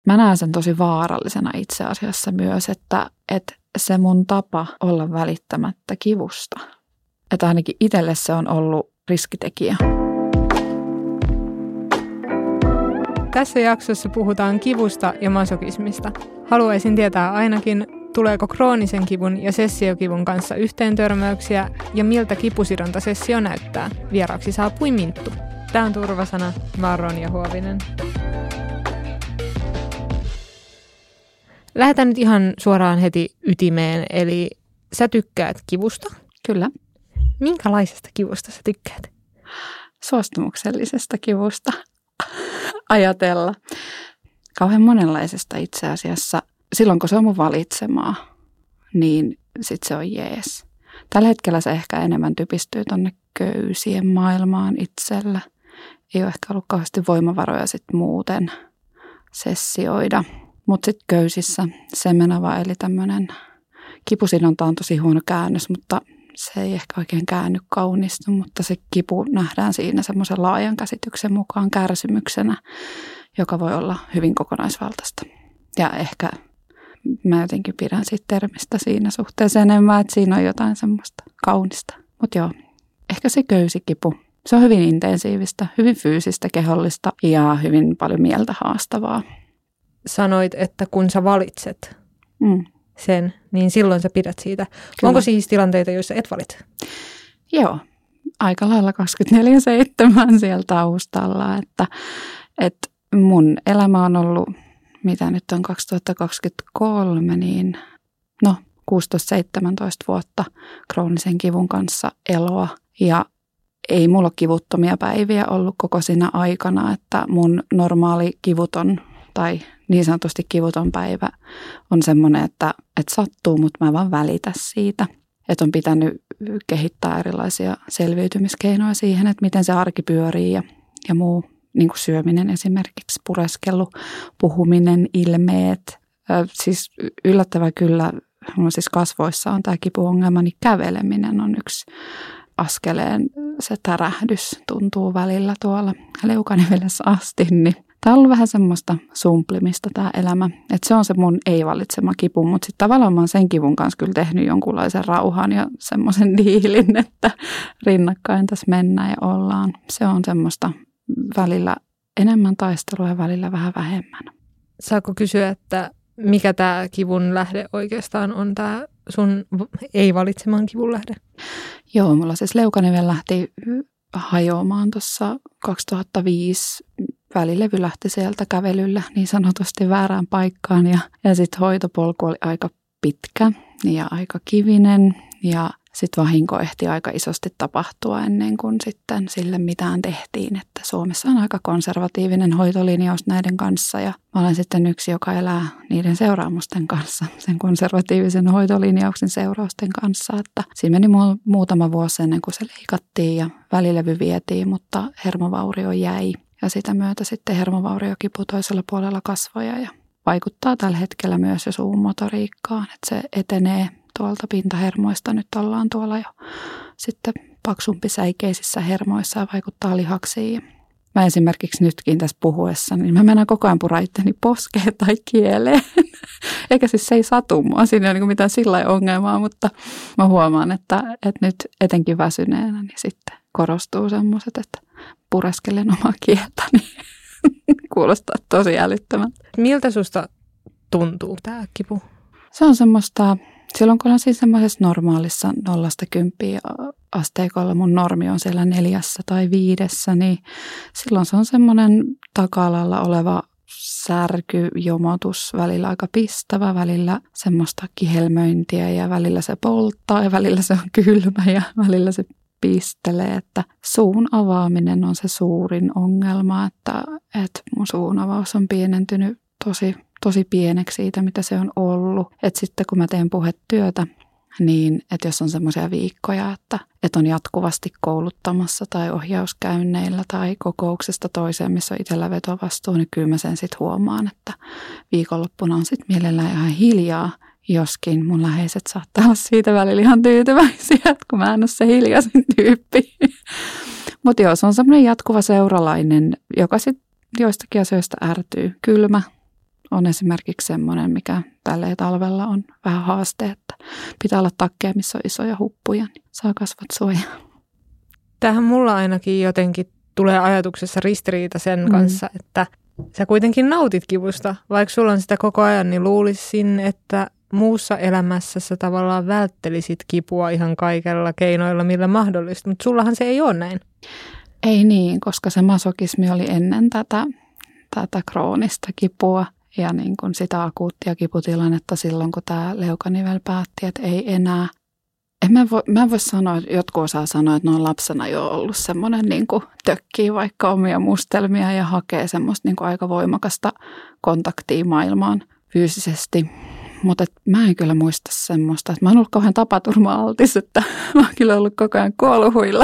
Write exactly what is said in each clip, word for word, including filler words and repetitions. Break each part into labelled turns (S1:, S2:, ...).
S1: Mä näen sen tosi vaarallisena itse asiassa myös, että, että se mun tapa olla välittämättä kivusta. Että ainakin itselle se on ollut riskitekijä.
S2: Tässä jaksossa puhutaan kivusta ja masokismista. Haluaisin tietää ainakin, tuleeko kroonisen kivun ja sessiokivun kanssa yhteentörmäyksiä ja miltä kipusidontasessio näyttää. Vieraaksi saapui Minttu. Tämä on Turvasana. Mä oon Ronja Huovinen. Lähdetään nyt ihan suoraan heti ytimeen, eli sä tykkäät kivusta?
S1: Kyllä.
S2: Minkälaisesta kivusta sä tykkäät?
S1: Suostumuksellisesta kivusta ajatella. Kauhean monenlaisesta itse asiassa. Silloin kun se on mun valitsemaa, niin sit se on jees. Tällä hetkellä se ehkä enemmän typistyy tonne köysien maailmaan itsellä. Ei ole ehkä ollut kauheasti voimavaroja sit muuten sessioida. Mutta sitten köysissä semenava, eli tämmöinen kipusidonta on tosi huono käännös, mutta se ei ehkä oikein käänny kaunistu, mutta se kipu nähdään siinä semmoisen laajan käsityksen mukaan kärsimyksenä, joka voi olla hyvin kokonaisvaltaista. Ja ehkä mä jotenkin pidän siitä termistä siinä suhteessa enemmän, että siinä on jotain semmoista kaunista. Mutta joo, ehkä se köysikipu. Se on hyvin intensiivistä, hyvin fyysistä, kehollista ja hyvin paljon mieltä haastavaa.
S2: Sanoit, että kun sä valitset
S1: mm.
S2: sen, niin silloin sä pidät siitä.
S1: Kyllä.
S2: Onko siis tilanteita, joissa et valitse?
S1: Joo, aika lailla kaksikymmentäneljä seitsemän siellä taustalla. Että, että mun elämä on ollut, mitä nyt on kaksituhattakaksikymmentäkolme, niin no kuusitoista seitsemäntoista vuotta kroonisen kivun kanssa eloa. Ja ei mulla ole kivuttomia päiviä ollut koko siinä aikana, että mun normaali kivuton tai niin sanotusti kivuton päivä on semmoinen, että, että sattuu, mutta mä en vaan välitä siitä. Että on pitänyt kehittää erilaisia selviytymiskeinoja siihen, että miten se arki pyörii ja, ja muu, niin kuin syöminen esimerkiksi, pureskelu, puhuminen, ilmeet. Ö, siis yllättävää kyllä, mulla siis kasvoissa on tämä kipuongelma, niin käveleminen on yksi askeleen. Se tärähdys tuntuu välillä tuolla leukanivellessä asti, niin tämä on ollut vähän semmoista sumplimista tämä elämä. Että se on se mun ei-valitsema kipu, mutta sitten tavallaan mä oon sen kivun kanssa kyllä tehnyt jonkunlaisen rauhan ja semmoisen diilin, että rinnakkain tässä mennään ja ollaan. Se on semmoista välillä enemmän taistelua ja välillä vähän vähemmän.
S2: Saako kysyä, että mikä tämä kivun lähde oikeastaan on, tämä sun ei-valitseman kivun lähde?
S1: Joo, mulla siis leukanivel lähti hajoamaan tuossa kaksituhattaviisi. Välilevy lähti sieltä kävelyllä niin sanotusti väärään paikkaan ja, ja sitten hoitopolku oli aika pitkä ja aika kivinen ja sitten vahinko ehti aika isosti tapahtua ennen kuin sitten sille mitään tehtiin. Että Suomessa on aika konservatiivinen hoitolinjaus näiden kanssa ja mä olen sitten yksi, joka elää niiden seuraamusten kanssa, sen konservatiivisen hoitolinjauksen seurausten kanssa. Että siinä meni mu- muutama vuosi ennen kuin se leikattiin ja välilevy vietiin, mutta hermovaurio jäi. Ja sitä myötä sitten hermovauriokipu toisella puolella kasvoja ja vaikuttaa tällä hetkellä myös jo suun motoriikkaan. Että se etenee tuolta pintahermoista. Nyt ollaan tuolla jo sitten paksumpisäikeisissä hermoissa ja vaikuttaa lihaksiin. Mä esimerkiksi nytkin tässä puhuessa, niin mä mennään koko ajan pura itteni poskeen tai kieleen. Eikä siis se ei satu mua, siinä ei ole mitään sillä ongelmaa, mutta mä huomaan, että, että nyt etenkin väsyneenä niin sitten korostuu semmoiset, että pureskelen omaa kieltä, niin kuulostaa tosi älyttömältä.
S2: Miltä susta tuntuu tämä kipu?
S1: Se on semmoista, silloin kun on siis semmoisessa normaalissa nollasta kymppiä asteikolla, mun normi on siellä neljässä tai viidessä, niin silloin se on semmoinen taka-alalla oleva särky, jomotus, välillä aika pistävä, välillä semmoista kihelmöintiä ja välillä se polttaa ja välillä se on kylmä ja välillä se pistelee, että suun avaaminen on se suurin ongelma, että, että mun suun avaus on pienentynyt tosi, tosi pieneksi siitä, mitä se on ollut. Että sitten kun mä teen puhetyötä, niin että jos on semmoisia viikkoja, että, että on jatkuvasti kouluttamassa tai ohjauskäynneillä tai kokouksesta toiseen, missä on itsellä vetovastuu, niin kyllä mä sen sitten huomaan, että viikonloppuna on sitten mielellään ihan hiljaa. Joskin mun läheiset saattaa olla siitä välillä ihan tyytyväisiä, että kun mä en ole se hiljaisin tyyppi. Mutta joo, se on semmoinen jatkuva seuralainen, joka sitten joistakin asioista ärtyy. Kylmä, on esimerkiksi semmoinen, mikä tällä talvella on vähän haaste, että pitää olla takkeja, missä on isoja huppuja, niin saa kasvat suojaa.
S2: Tähän mulla ainakin jotenkin tulee ajatuksessa ristiriita sen mm. kanssa, että sä kuitenkin nautit kivusta. Vaikka sulla on sitä koko ajan, niin luulisin, että muussa elämässä sä tavallaan välttelisit kipua ihan kaikella keinoilla, millä mahdollista. Mutta sullahan se ei ole näin.
S1: Ei niin, koska se masokismi oli ennen tätä, tätä kroonista kipua ja niin kuin sitä akuuttia kiputilannetta silloin, kun tämä leukanivel päätti, että ei enää. En mä, voi, mä en voi sanoa, että jotkut osaa sanoa, että ne on lapsena jo ollut semmoinen niin kuin tökkii vaikka omia mustelmia ja hakee semmoista niin kuin aika voimakasta kontaktia maailmaan fyysisesti. Mutta mä en kyllä muista semmoista, että mä oon ollut kauhean tapaturma-altis, että mä oon kyllä ollut koko ajan kolhuilla,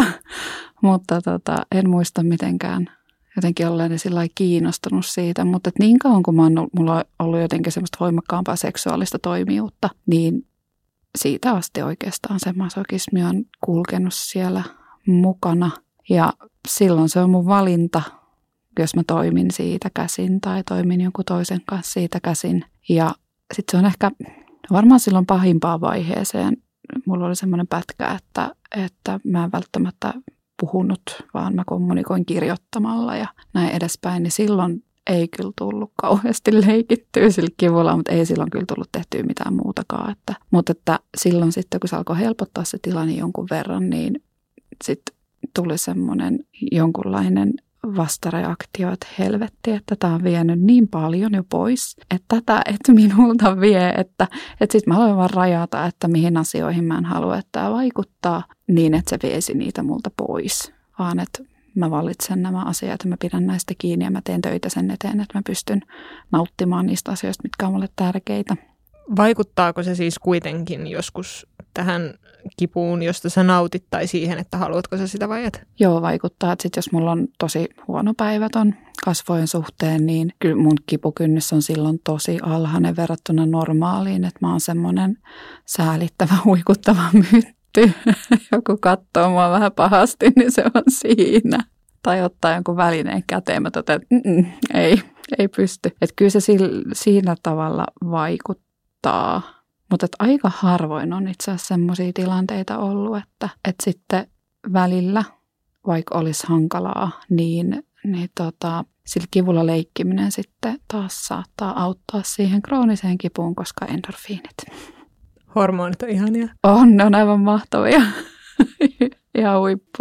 S1: mutta tota, en muista mitenkään jotenkin olleeni sillä lailla kiinnostunut siitä. Mutta niin kauan kun mä oon, mulla on ollut jotenkin semmoista voimakkaampaa seksuaalista toimijuutta, niin siitä asti oikeastaan se masokismi on kulkenut siellä mukana ja silloin se on mun valinta, jos mä toimin siitä käsin tai toimin jonkun toisen kanssa siitä käsin. Ja sitten se on ehkä varmaan silloin pahimpaan vaiheeseen. Mulla oli semmoinen pätkä, että, että mä en välttämättä puhunut, vaan mä kommunikoin kirjoittamalla ja näin edespäin. Niin silloin ei kyllä tullut kauheasti leikittyä sillä kivulla, mutta ei silloin kyllä tullut tehtyä mitään muutakaan. Että, mutta että silloin sitten, kun se alkoi helpottaa se tilanne jonkun verran, niin sitten tuli semmoinen jonkunlainen vastareaktio, että helvetti, että tämä on vienyt niin paljon jo pois, että tätä et minulta vie, että, että sitten mä aloin vaan rajata, että mihin asioihin mä en halua, että tämä vaikuttaa niin, että se viesi niitä multa pois, vaan että mä valitsen nämä asiat ja mä pidän näistä kiinni ja mä teen töitä sen eteen, että mä pystyn nauttimaan niistä asioista, mitkä on mulle tärkeitä.
S2: Vaikuttaako se siis kuitenkin joskus tähän kipuun, josta sä nautit tai siihen, että haluatko sä sitä vai et?
S1: Joo, vaikuttaa. Että sit jos mulla on tosi huono päiväton kasvojen suhteen, niin kyllä mun kipukynnys on silloin tosi alhainen verrattuna normaaliin, että mä oon semmoinen säälittävä, huikuttava myytty. Joku katsoo mua vähän pahasti, niin se on siinä. Tai ottaa jonkun välineen käteen, mä totean, että ei, ei pysty. Että kyllä se siinä tavalla vaikuttaa. Mutta aika harvoin on itse asiassa semmoisia tilanteita ollut, että, että sitten välillä, vaikka olisi hankalaa, niin, niin tota, sillä kivulla leikkiminen sitten taas saattaa auttaa siihen krooniseen kipuun, koska endorfiinit.
S2: Hormonit on ihania.
S1: On, ne on aivan mahtavia. Ihan huippua.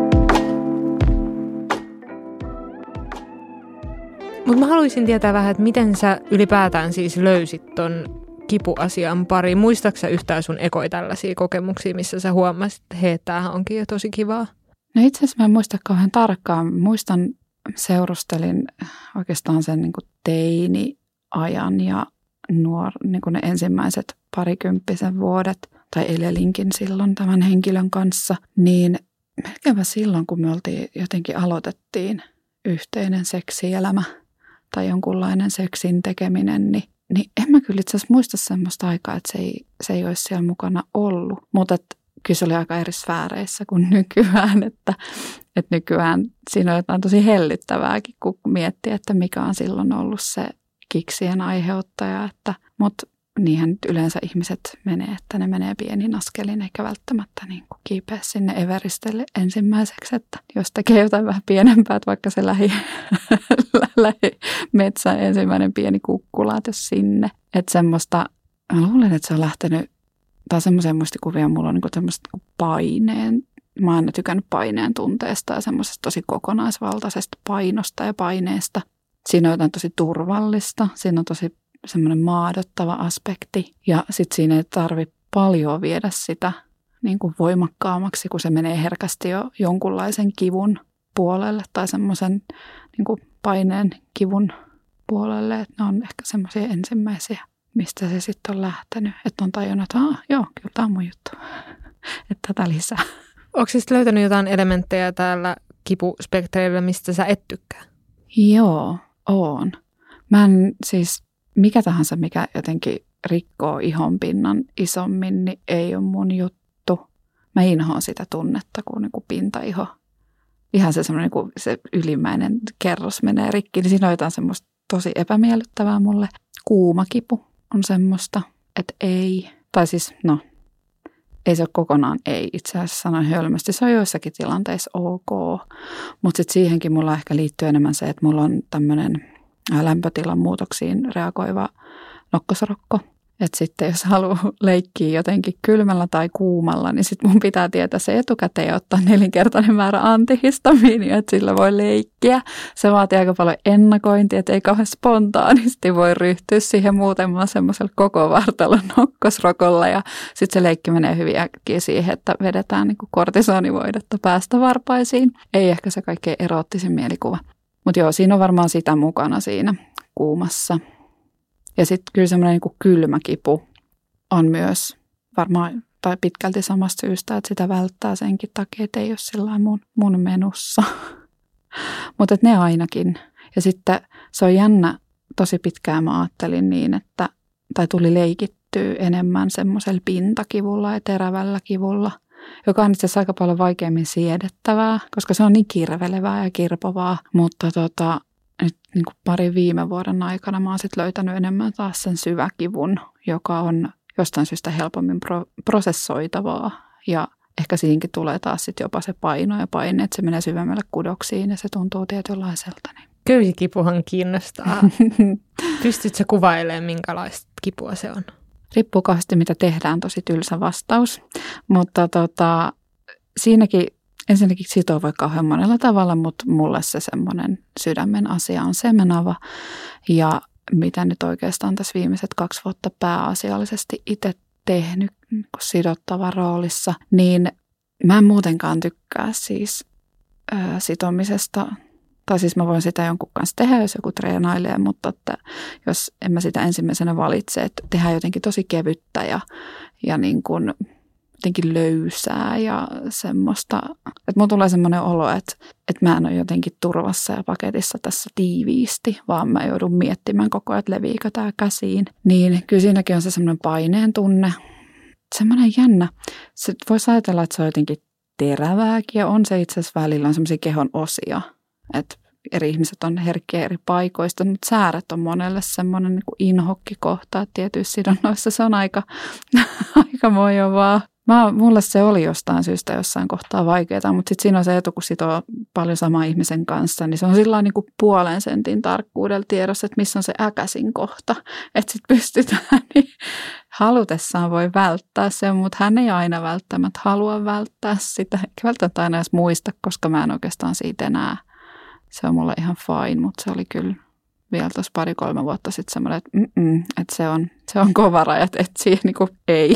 S2: Mutta mä haluaisin tietää vähän, että miten sä ylipäätään siis löysit ton kipuasian pari. Muistaaksä yhtään sun ekoi tällaisia kokemuksia, missä sä huomasit, että hei, tämähän onkin jo tosi kivaa?
S1: No itse asiassa mä en muista kauhean tarkkaan. Muistan, seurustelin oikeastaan sen niin kuin teini-ajan ja nuor, niin kuin ne ensimmäiset parikymppisen vuodet, tai elelinkin silloin tämän henkilön kanssa, niin melkeinpä silloin, kun me oltiin jotenkin aloitettiin yhteinen seksielämä tai jonkunlainen seksin tekeminen, niin Niin en mä kyllä itse asiassa muista semmoista aikaa, että se ei, se ei olisi siellä mukana ollut. Mutta kyllä se oli aika eri sfääreissä kuin nykyään. Että, että nykyään siinä on jotain tosi hellyttävääkin, kun miettii, että mikä on silloin ollut se kiksien aiheuttaja. Mutta niinhän nyt yleensä ihmiset menee, että ne menee pienin askelin, eikä välttämättä niin kuin kiipeä sinne Everestelle ensimmäiseksi. Että jos tekee jotain vähän pienempää, että vaikka se lähi, lähi metsän ensimmäinen pieni kukkula, että jos sinne. Että semmoista, mä luulen, että se on lähtenyt, tai semmoisia muistikuvia mulla on niin kuin semmoista niin kuin paineen. Mä oon aina tykännyt paineen tunteesta ja semmoisesta tosi kokonaisvaltaisesta painosta ja paineesta. Siinä on jotain tosi turvallista, siinä on tosi semmoinen maadottava aspekti ja sitten siinä ei tarvitse paljon viedä sitä niin kuin voimakkaammaksi, kun se menee herkästi jo jonkunlaisen kivun puolelle tai semmoisen niin kuin paineen kivun puolelle. Että ne on ehkä semmoisia ensimmäisiä, mistä se sitten on lähtenyt. Että on tajunnut, että ah, joo, kyllä tämä on mun juttu, että tätä lisää.
S2: Onko sitten löytänyt jotain elementtejä täällä kipuspektreillä, mistä sä et tykkää?
S1: Joo, oon. Mä en siis... Mikä tahansa, mikä jotenkin rikkoo ihonpinnan isommin, niin ei ole mun juttu. Mä inhoan sitä tunnetta, kun niin kuin pintaiho, ihan se semmoinen niin kuin se ylimmäinen kerros menee rikki, niin siinä on jotain semmoista tosi epämiellyttävää mulle. Kuuma kipu on semmoista, että ei, tai siis no, ei se ole kokonaan ei, itse asiassa sanon hölmästi, se on joissakin tilanteissa ok, mutta sitten siihenkin mulla ehkä liittyy enemmän se, että mulla on tämmöinen lämpötilan muutoksiin reagoiva nokkosrokko. Että sitten jos haluaa leikkiä jotenkin kylmällä tai kuumalla, niin sitten mun pitää tietää se etukäteen ja ottaa nelinkertainen määrä antihistamiinia, että sillä voi leikkiä. Se vaatii aika paljon ennakointia, että ei kauhean spontaanisti voi ryhtyä siihen muuten semmoisella koko vartalon nokkosrokolla. Ja sitten se leikki menee hyvin äkkiä siihen, että vedetään niin kuin kortisonivoidetta päästä varpaisiin. Ei ehkä se kaikkein eroottisin mielikuva. Mutta joo, siinä on varmaan sitä mukana siinä kuumassa. Ja sitten kyllä semmoinen niin kuin kylmä kipu on myös varmaan tai pitkälti samasta syystä, että sitä välttää senkin takia, että ei ole sellainen mun, mun menussa. Mutta ne ainakin. Ja sitten se on jännä, tosi pitkään mä ajattelin niin, että, tai tuli leikittyä enemmän semmoisella pintakivulla ja terävällä kivulla, joka on itse asiassa aika paljon vaikeammin siedettävää, koska se on niin kirvelevää ja kirpovaa, mutta tota... Nyt niin kuin parin viime vuoden aikana mä oon sit löytänyt enemmän taas sen syväkivun, joka on jostain syystä helpommin pro- prosessoitavaa. Ja ehkä siinäkin tulee taas sit jopa se paino ja paine, että se menee syvemmälle kudoksiin ja se tuntuu tietynlaiselta. Niin.
S2: Köysikipuhan kiinnostaa. Pystytkö sä kuvailemaan, minkälaista kipua se on?
S1: Riippuu kauheasti, mitä tehdään, tosi tylsä vastaus. Mutta tota, siinäkin... Ensinnäkin sitoo voi kauhean monella tavalla, mutta mulle se semmoinen sydämen asia on semenava. Ja mitä nyt oikeastaan tässä viimeiset kaksi vuotta pääasiallisesti itse tehnyt sidottava roolissa, niin mä en muutenkaan tykkää siis ää, sitomisesta. Tai siis mä voin sitä jonkun kanssa tehdä, jos joku treenailee, mutta että jos en mä sitä ensimmäisenä valitse, että tehdään jotenkin tosi kevyttä ja, ja niin kuin... jotenkin löysää ja semmoista, että mulla tulee semmoinen olo, että, että mä en ole jotenkin turvassa ja paketissa tässä tiiviisti, vaan mä joudun miettimään koko ajan, että leviikö tää käsiin. Niin kyllä siinäkin on se semmoinen paineen tunne. Semmoinen jännä. Se voisi ajatella, että se on jotenkin terävääkin ja on se itse asiassa välillä on semmoisia kehon osia, että eri ihmiset on herkkiä eri paikoista, mutta sääret on monelle semmoinen niin kuin inhokkikohta, että tietyissä sidonnoissa se on aika, aika mojovaa. Mä, mulle se oli jostain syystä jossain kohtaa vaikeaa, mutta sitten siinä on se etu, kun sitoo paljon saman ihmisen kanssa, niin se on sillä niin kuin puolen sentin tarkkuudella tiedossa, että missä on se äkäsin kohta, että sitten pystytään, niin halutessaan voi välttää sen, mutta hän ei aina välttämättä halua välttää sitä, eikä välttämättä aina edes muista, koska mä en oikeastaan siitä enää, se on mulle ihan fine, mutta se oli kyllä vielä tuossa pari-kolme vuotta sitten semmoinen, että, että se, on, se on kova raja, että siihen niin kuin ei.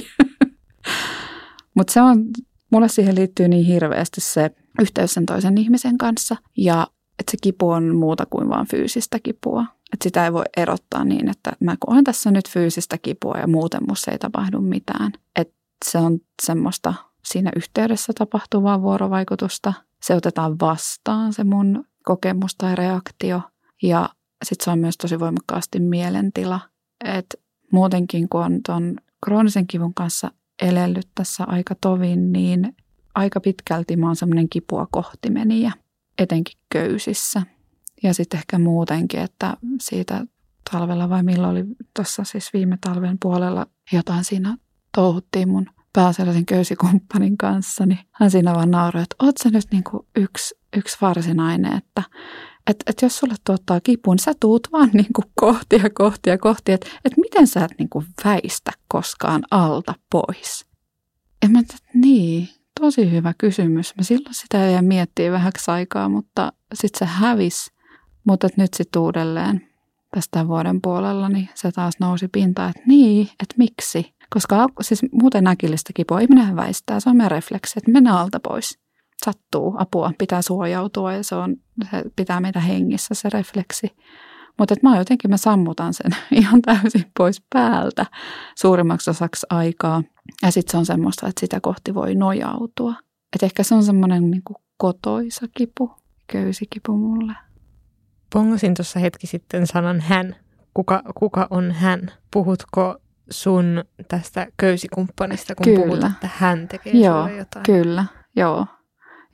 S1: Mutta se on, mulle siihen liittyy niin hirveästi se yhteys sen toisen ihmisen kanssa ja että se kipu on muuta kuin vaan fyysistä kipua. Että sitä ei voi erottaa niin, että mä koen tässä nyt fyysistä kipua ja muuten musta ei tapahdu mitään. Että se on semmoista siinä yhteydessä tapahtuvaa vuorovaikutusta. Se otetaan vastaan se mun kokemus tai reaktio ja sitten se on myös tosi voimakkaasti mielentila. Että muutenkin kun on ton kroonisen kivun kanssa elellyt tässä aika tovin, niin aika pitkälti mä oon semmoinen kipua kohti meniä, etenkin köysissä. Ja sitten ehkä muutenkin, että siitä talvella vai milloin oli tuossa siis viime talven puolella jotain siinä touhuttiin mun pääasiallisen köysikumppanin kanssa, niin hän siinä vaan nauroi, että oot sä nyt niinku yksi, yksi varsinainen, että et, et jos sulle tuottaa kipuun, niin sä tuut vaan niinku kohti ja kohti ja kohti, että et miten sä et niinku väistä koskaan alta pois. Ja mä ajattelin, että niin, tosi hyvä kysymys. Mä silloin sitä jäin miettiä vähäksi aikaa, mutta sitten se hävisi. Mutta nyt sitten uudelleen tästä vuoden puolella, niin se taas nousi pintaan, että niin, että miksi? Koska siis muuten äkillistä kipua ei minä väistää, se on meidän refleksi, että mennään alta pois. Sattuu, apua, pitää suojautua ja se, on, se pitää meitä hengissä se refleksi. Mutta mä jotenkin mä sammutan sen ihan täysin pois päältä suurimmaksi osaksi aikaa. Ja sitten se on semmoista, että sitä kohti voi nojautua. Että ehkä se on semmoinen niin kuin kotoisa kipu, köysikipu mulle.
S2: Pongasin tuossa hetki sitten sanan hän. Kuka, kuka on hän? Puhutko sun tästä köysikumppanista, kun
S1: kyllä.
S2: puhut, että hän tekee
S1: joo,
S2: sulle jotain?
S1: Kyllä, joo.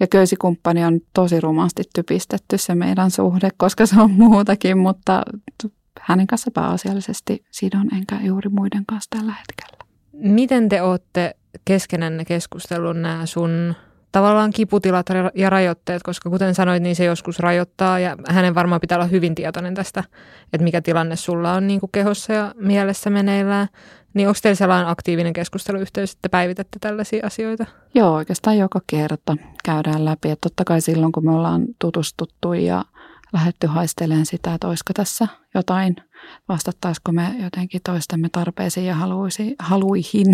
S1: Ja köysikumppani on tosi rumasti typistetty se meidän suhde, koska se on muutakin, mutta hänen kanssa pääasiallisesti sidon enkä juuri muiden kanssa tällä hetkellä.
S2: Miten te olette keskenänne keskustellut nämä sun tavallaan kiputilat ja rajoitteet, koska kuten sanoit, niin se joskus rajoittaa ja hänen varmaan pitää olla hyvin tietoinen tästä, että mikä tilanne sulla on niin kuin kehossa ja mielessä meneillään. Niin onko teillä sellainen aktiivinen keskusteluyhteys, että päivitätte tällaisia asioita?
S1: Joo, oikeastaan joka kerta käydään läpi. Että totta kai silloin, kun me ollaan tutustuttu ja lähdetty haistelemaan sitä, että olisiko tässä jotain, vastattaisiko me jotenkin toistemme tarpeisiin ja haluisi, haluihin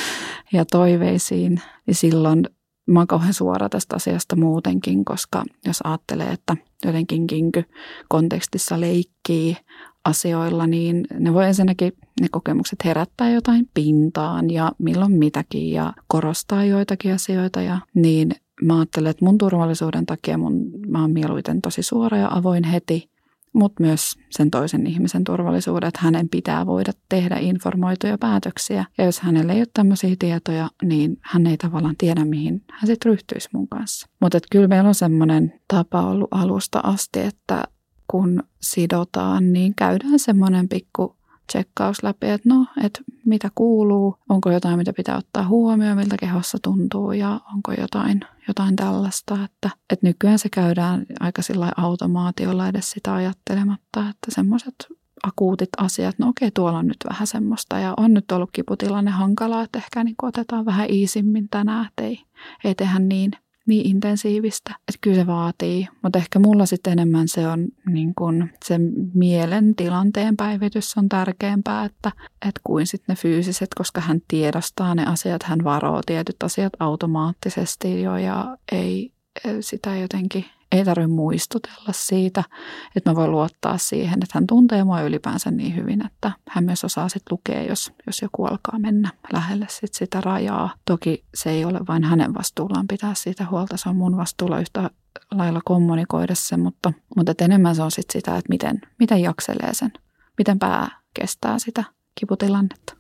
S1: ja toiveisiin, niin silloin mä oon kauhean suora tästä asiasta muutenkin, koska jos ajattelee, että jotenkin kinky kontekstissa leikkii asioilla, niin ne voi ensinnäkin ne kokemukset herättää jotain pintaan ja milloin mitäkin ja korostaa joitakin asioita. Ja niin mä ajattelen, että mun turvallisuuden takia mun, mä oon mieluiten tosi suora ja avoin heti, mutta myös sen toisen ihmisen turvallisuuden, että hänen pitää voida tehdä informoituja päätöksiä. Ja jos hänellä ei ole tämmöisiä tietoja, niin hän ei tavallaan tiedä, mihin hän sitten ryhtyisi mun kanssa. Mutta kyllä meillä on semmoinen tapa ollut alusta asti, että kun sidotaan, niin käydään semmoinen pikku tsekkaus läpi, että no, että mitä kuuluu, onko jotain, mitä pitää ottaa huomioon, miltä kehossa tuntuu ja onko jotain, jotain tällaista. Että, että nykyään se käydään aika sillä automaatiolla edes sitä ajattelematta, että semmoiset akuutit asiat, no okei, tuolla on nyt vähän semmoista ja on nyt ollut kiputilanne hankalaa, että ehkä niin otetaan vähän iisimmin tänään, että ei, ei tehdä niin. niin intensiivistä, että kyllä se vaatii, mutta ehkä mulla sitten enemmän se on niin kuin se mielen tilanteen päivitys on tärkeämpää, että, että kuin sitten ne fyysiset, koska hän tiedostaa ne asiat, hän varoo tietyt asiat automaattisesti jo ja ei sitä jotenkin, ei tarvitse muistutella siitä, että mä voin luottaa siihen, että hän tuntee mua ylipäänsä niin hyvin, että hän myös osaa sitten lukea, jos, jos joku alkaa mennä lähelle sit sitä rajaa. Toki se ei ole vain hänen vastuullaan pitää siitä huolta, se on mun vastuulla yhtä lailla kommunikoida se, mutta, mutta enemmän se on sitten sitä, että miten, miten jakselee sen, miten pää kestää sitä kiputilannetta.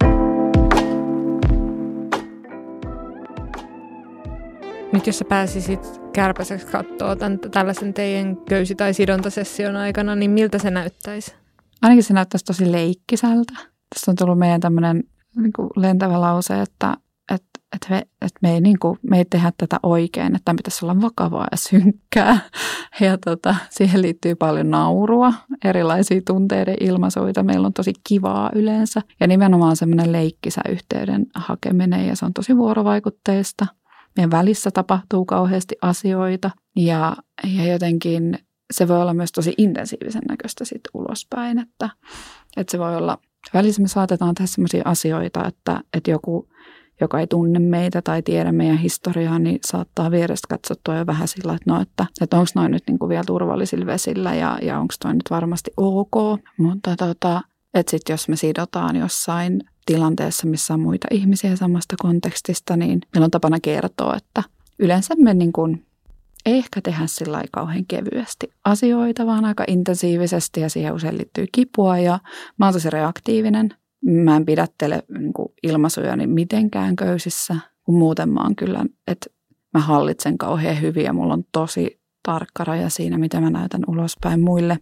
S2: Nyt jos sä pääsisit kärpäseksi katsoa tämän, tällaisen teidän köysi- tai sidontasession aikana, niin miltä se näyttäisi?
S1: Ainakin se näyttäisi tosi leikkisältä. Tässä on tullut meidän tämmöinen niin kuin lentävä lause, että, että, että, me, että me, ei, niin kuin, me ei tehdä tätä oikein, että pitäisi olla vakavaa ja synkkää. Ja tota, siihen liittyy paljon naurua, erilaisia tunteiden ilmaisuita. Meillä on tosi kivaa yleensä ja nimenomaan semmoinen leikkisä yhteyden hakeminen ja se on tosi vuorovaikutteista. Meidän välissä tapahtuu kauheasti asioita ja, ja jotenkin se voi olla myös tosi intensiivisen näköistä sit ulospäin, että, että se voi olla, välissä me saatetaan tehdä sellaisia asioita, että, että joku, joka ei tunne meitä tai tiedä meidän historiaa, niin saattaa vierestä katsottua jo vähän sillä, että no, että, että onko noin nyt niin kuin vielä turvallisilla vesillä ja, ja onko toi nyt varmasti ok, mutta tota, että sitten jos me sidotaan jossain tilanteessa, missä on muita ihmisiä samasta kontekstista, niin meillä on tapana kertoa, että yleensä me niin kuin ei ehkä tehdä sillä kauhean kevyesti asioita, vaan aika intensiivisesti ja siihen usein liittyy kipua ja mä oon tosi reaktiivinen. Mä en pidättele niin kuin ilmaisujani mitenkään köysissä, kun muuten mä oon kyllä, että mä hallitsen kauhean hyvin ja mulla on tosi tarkka raja siinä, mitä mä näytän ulospäin muille,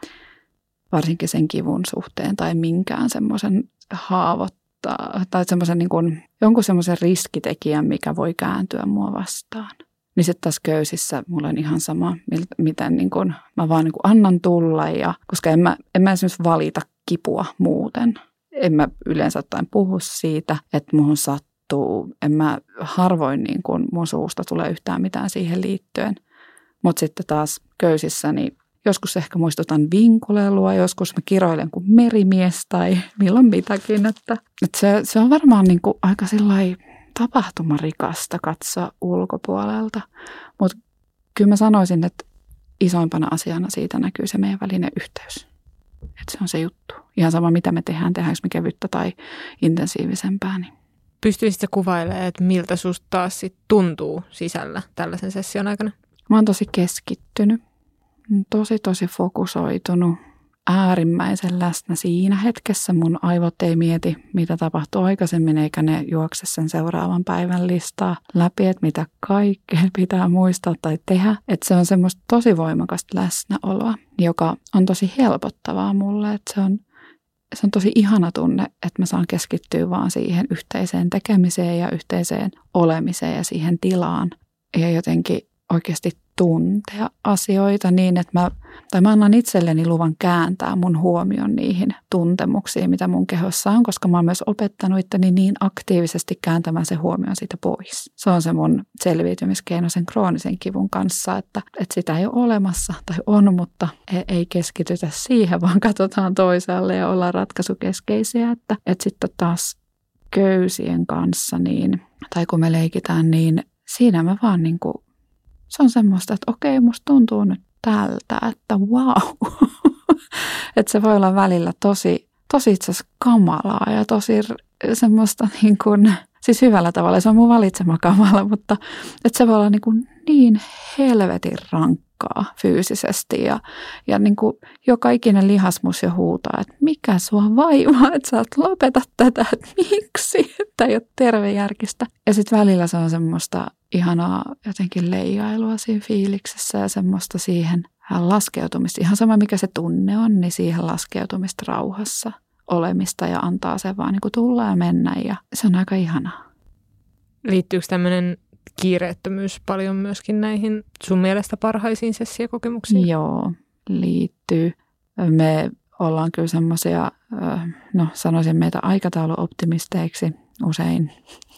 S1: varsinkin sen kivun suhteen tai minkään semmoisen haavoittaa tai semmoisen niin kuin, jonkun semmoisen riskitekijän, mikä voi kääntyä mua vastaan. Niin sitten taas köysissä mulla on ihan sama, miten niin kuin, mä vaan niin kuin annan tulla, ja, koska en mä, en mä esimerkiksi valita kipua muuten. En mä yleensä ottaen puhu siitä, että muhun sattuu. En mä harvoin niin kuin mun suusta tulee yhtään mitään siihen liittyen. Mutta sitten taas köysissä, niin joskus ehkä muistutan vinkulelua, joskus mä kiroilen kuin merimies tai milloin mitäkin. Että, että se, se on varmaan niin kuin aika sillai tapahtumarikasta katsoa ulkopuolelta. Mutta kyllä mä sanoisin, että isoimpana asiana siitä näkyy se meidän välinen yhteys. Että se on se juttu. Ihan sama, mitä me tehdään, tehdäänkö me kevyttä tai intensiivisempää. Niin.
S2: Pystyisitkö kuvailemaan, että miltä susta taas sit tuntuu sisällä tällaisen session aikana?
S1: Mä oon tosi keskittynyt. Tosi, tosi fokusoitunut. äärimmäisen läsnä siinä hetkessä. Mun aivot ei mieti, mitä tapahtui aikaisemmin, eikä ne juokse sen seuraavan päivän listaa läpi, että mitä kaikkea pitää muistaa tai tehdä. Että se on semmoista tosi voimakasta läsnäoloa, joka on tosi helpottavaa mulle. Että se on, se on tosi ihana tunne, että mä saan keskittyä vaan siihen yhteiseen tekemiseen ja yhteiseen olemiseen ja siihen tilaan. Ja jotenkin oikeasti tuntea asioita niin, että mä, tai mä annan itselleni luvan kääntää mun huomion niihin tuntemuksiin, mitä mun kehossa on, koska mä oon myös opettanut itteni niin aktiivisesti kääntämään se huomion siitä pois. Se on se mun selviytymiskeino sen kroonisen kivun kanssa, että, että sitä ei ole olemassa tai on, mutta ei, ei keskitytä siihen, vaan katsotaan toisaalle ja ollaan ratkaisukeskeisiä, että, että sitten taas köysien kanssa niin, tai kun me leikitään, niin siinä mä vaan niin kuin se on semmoista, että okei, musta tuntuu nyt tältä, että wow. Että se voi olla välillä tosi, tosi itse asiassa kamalaa ja tosi semmoista niin kuin, siis hyvällä tavalla. Se on mun valitsema kamala, mutta että se voi olla niin kuin niin helvetin rankkaa fyysisesti. Ja, ja niin kuin joka ikinen lihas mus jo huutaa, että mikä sua vaivaa, että sä et lopeta tätä, että miksi? Tämä ei ole tervejärkistä. Ja sitten välillä se on semmoista ihanaa jotenkin leijailua siinä fiiliksessä ja semmoista siihen laskeutumista. Ihan sama mikä se tunne on, niin siihen laskeutumista rauhassa olemista ja antaa sen vaan niin kuin tulla ja mennä ja se on aika ihanaa.
S2: Liittyykö tämmöinen kiireettömyys paljon myöskin näihin sun mielestä parhaisiin sessiokokemuksiin?
S1: Joo, liittyy. Me ollaan kyllä semmoisia, no sanoisin meitä aikatauluoptimisteiksi usein.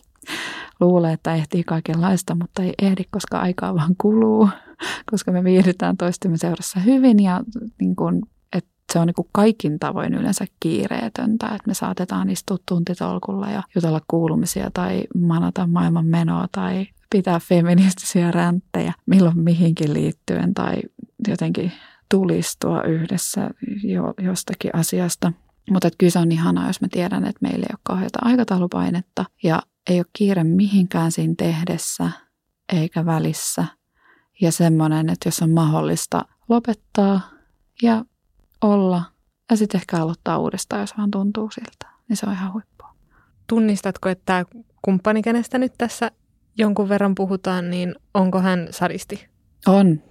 S1: Luulee, että ehtii kaikenlaista, mutta ei ehdi, koska aikaa vaan kuluu, koska me viihdytään toistemme seurassa hyvin ja niin kun, että se on niin kuin kaikin tavoin yleensä kiireetöntä, että me saatetaan istua tuntitolkulla ja jutella kuulumisia tai manata maailman menoa tai pitää feministisiä ränttejä milloin mihinkin liittyen tai jotenkin tulistua yhdessä jo, jostakin asiasta. Mutta kyllä se on ihanaa, jos mä tiedän, että meillä ei ole kauheata aikataulupainetta ja ei ole kiire mihinkään siinä tehdessä eikä välissä. Ja semmoinen, että jos on mahdollista lopettaa ja olla ja sitten ehkä aloittaa uudestaan, jos vaan tuntuu siltä, niin se on ihan huippua.
S2: Tunnistatko, että tämä kumppani, kenestä nyt tässä jonkun verran puhutaan, niin onko hän sadisti?
S1: On.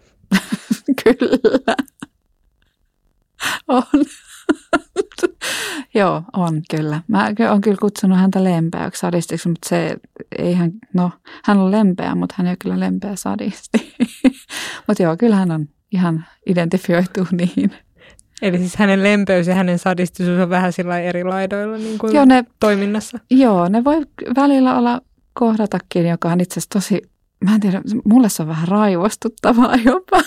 S1: Kyllä. On. Joo, on kyllä. Mä oon kyllä kutsunut häntä lempeäksi sadistiksi, mutta se ei hän, no hän on lempeä, mutta hän ei ole kyllä lempeä sadisti. Mutta joo, kyllä hän on ihan identifioituu niin.
S2: Eli siis hänen lempeys ja hänen sadistisuus on vähän sillä eri laidoilla niin kuin
S1: joo, ne,
S2: toiminnassa.
S1: Joo, ne voi välillä olla kohdatakin, joka on itse asiassa tosi, mä en tiedä, mulle se on vähän raivostuttavaa jopa.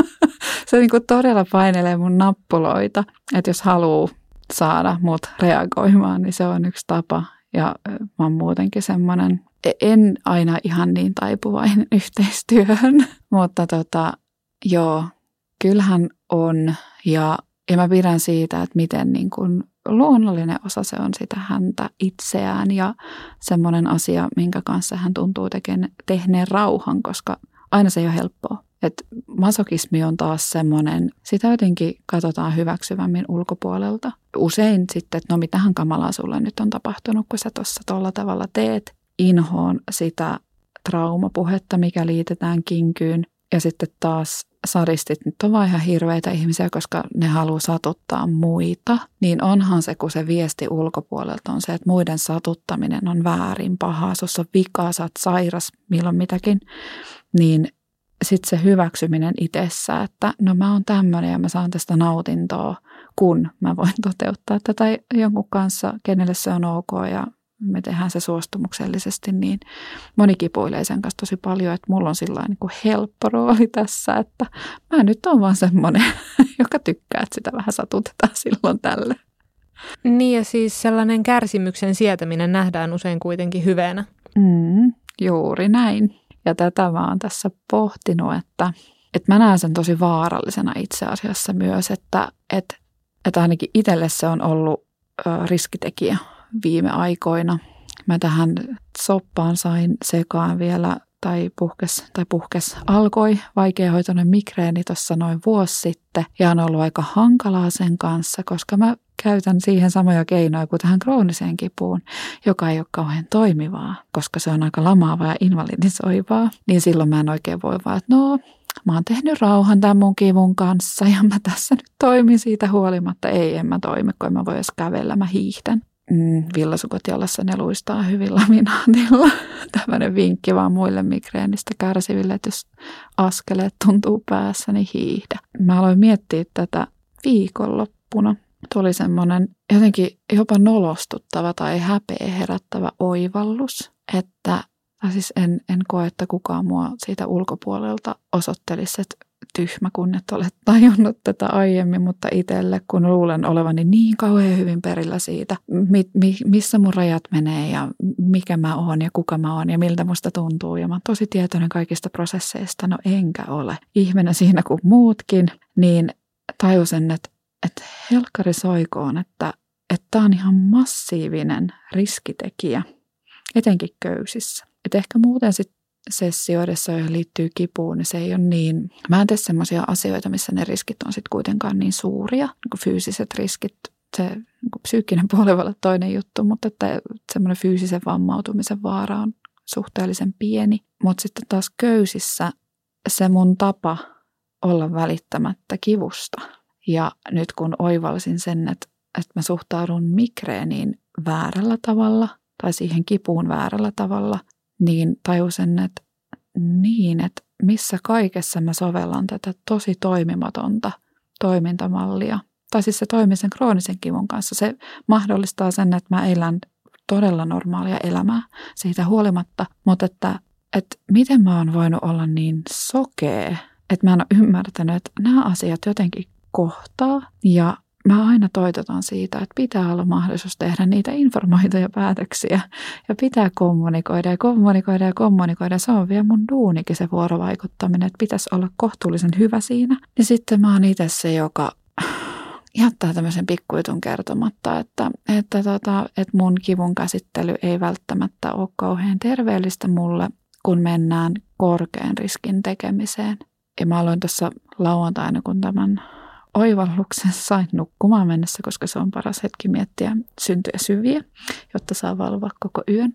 S1: Se niin kuin todella painelee mun nappuloita, että jos haluaa saada mut reagoimaan, niin se on yksi tapa. Ja mä oon muutenkin semmoinen, en aina ihan niin taipuvainen yhteistyöhön, mutta tota, joo, kyllähän on. Ja, ja mä pidän siitä, että miten niin kuin luonnollinen osa se on sitä häntä itseään ja semmoinen asia, minkä kanssa hän tuntuu tekeen, tehneen rauhan, koska aina se ei ole helppoa. Että masokismi on taas semmoinen, sitä jotenkin katsotaan hyväksyvämmin ulkopuolelta. Usein sitten, että no mitähän kamalaa sulle nyt on tapahtunut, kun sä tuossa tolla tavalla teet. Inhoon sitä traumapuhetta, mikä liitetään kinkyyn. Ja sitten taas sadistit nyt on vaan ihan hirveitä ihmisiä, koska ne haluaa satuttaa muita. Niin onhan se, kun se viesti ulkopuolelta on se, että muiden satuttaminen on väärin, pahaa, sussa on vikaa, sä oot sairas, milloin mitäkin. Niin sitten se hyväksyminen itsessä, että no mä oon tämmöinen ja mä saan tästä nautintoa, kun mä voin toteuttaa tätä jonkun kanssa, kenelle se on ok ja me tehdään se suostumuksellisesti, niin moni kipuilee sen kanssa tosi paljon, että mulla on sillain niin kuin helppo rooli tässä, että mä nyt oon vaan semmoinen, joka tykkää, että sitä vähän satutetaan silloin tälle.
S2: Niin ja siis sellainen kärsimyksen sietäminen nähdään usein kuitenkin hyveenä.
S1: Mm, juuri näin. Ja tätä mä oon tässä pohtinut, että, että mä näen sen tosi vaarallisena itse asiassa myös, että, että, että ainakin itselle se on ollut ö, riskitekijä viime aikoina. Mä tähän soppaan sain sekaan vielä tai puhkes, tai puhkes alkoi vaikeahoitoinen migreeni tuossa noin vuosi sitten ja on ollut aika hankalaa sen kanssa, koska mä käytän siihen samoja keinoja kuin tähän krooniseen kipuun, joka ei ole kauhean toimivaa, koska se on aika lamaavaa ja invalidisoivaa. Niin silloin mä en oikein voi vaan, että no, mä oon tehnyt rauhan tämän mun kivun kanssa ja mä tässä nyt toimin siitä huolimatta. Ei, en mä toimi, kun en mä voi edes kävellä, mä hiihdän. Mm, villasukot jalassa ne luistaa hyvin laminaatilla. Tämmöinen vinkki vaan muille migreenistä kärsiville, että jos askeleet tuntuu päässä, niin hiihdä. Mä aloin miettiä tätä viikonloppuna. Tuli semmoinen jotenkin jopa nolostuttava tai häpeä herättävä oivallus, että siis en, en koe, että kukaan mua siitä ulkopuolelta osoittelisi, että tyhmä, kun et ole tajunnut tätä aiemmin, mutta itselle, kun luulen olevani niin kauhean hyvin perillä siitä, mi, mi, missä mun rajat menee ja mikä mä oon ja kuka mä oon ja miltä musta tuntuu. Ja mä oon tosi tietoinen kaikista prosesseista, no enkä ole ihminen siinä kuin muutkin, niin tajusin, että, että helkkari soikoon, että tämä on ihan massiivinen riskitekijä, etenkin köysissä. Että ehkä muuten sitten sessioidessa, joihin liittyy kipuun, niin se ei ole niin, mä en tee semmoisia asioita, missä ne riskit on sitten kuitenkaan niin suuria, niin kuin fyysiset riskit, se niin kuin psyykkinen puoli voi olla toinen juttu, mutta että semmoinen fyysisen vammautumisen vaara on suhteellisen pieni. Mutta sitten taas köysissä se mun tapa olla välittämättä kivusta. Ja nyt kun oivalsin sen, että, että mä suhtaudun migreeniin väärällä tavalla tai siihen kipuun väärällä tavalla, niin tajusin, että niin, että missä kaikessa mä sovellan tätä tosi toimimatonta toimintamallia. Tai siis se toimii sen kroonisen kivun kanssa. Se mahdollistaa sen, että mä elän todella normaalia elämää siitä huolimatta. Mutta että, että miten mä oon voinut olla niin sokea, että mä en ole ymmärtänyt, että nämä asiat jotenkin kohtaa ja mä aina toitotan siitä, että pitää olla mahdollisuus tehdä niitä informoituja päätöksiä ja pitää kommunikoida ja kommunikoida ja kommunikoida. Se on vielä mun duunikin se vuorovaikuttaminen, että pitäisi olla kohtuullisen hyvä siinä. Ja sitten mä oon itse se, joka jättää tämmöisen pikkujutun kertomatta, että, että, tota, että mun kivun käsittely ei välttämättä ole kauhean terveellistä mulle, kun mennään korkean riskin tekemiseen. Ja mä aloin tuossa lauantaina, kun tämän oivalluksen sain nukkumaan mennessä, koska se on paras hetki miettiä syntyjä syviä, jotta saa valvoa koko yön.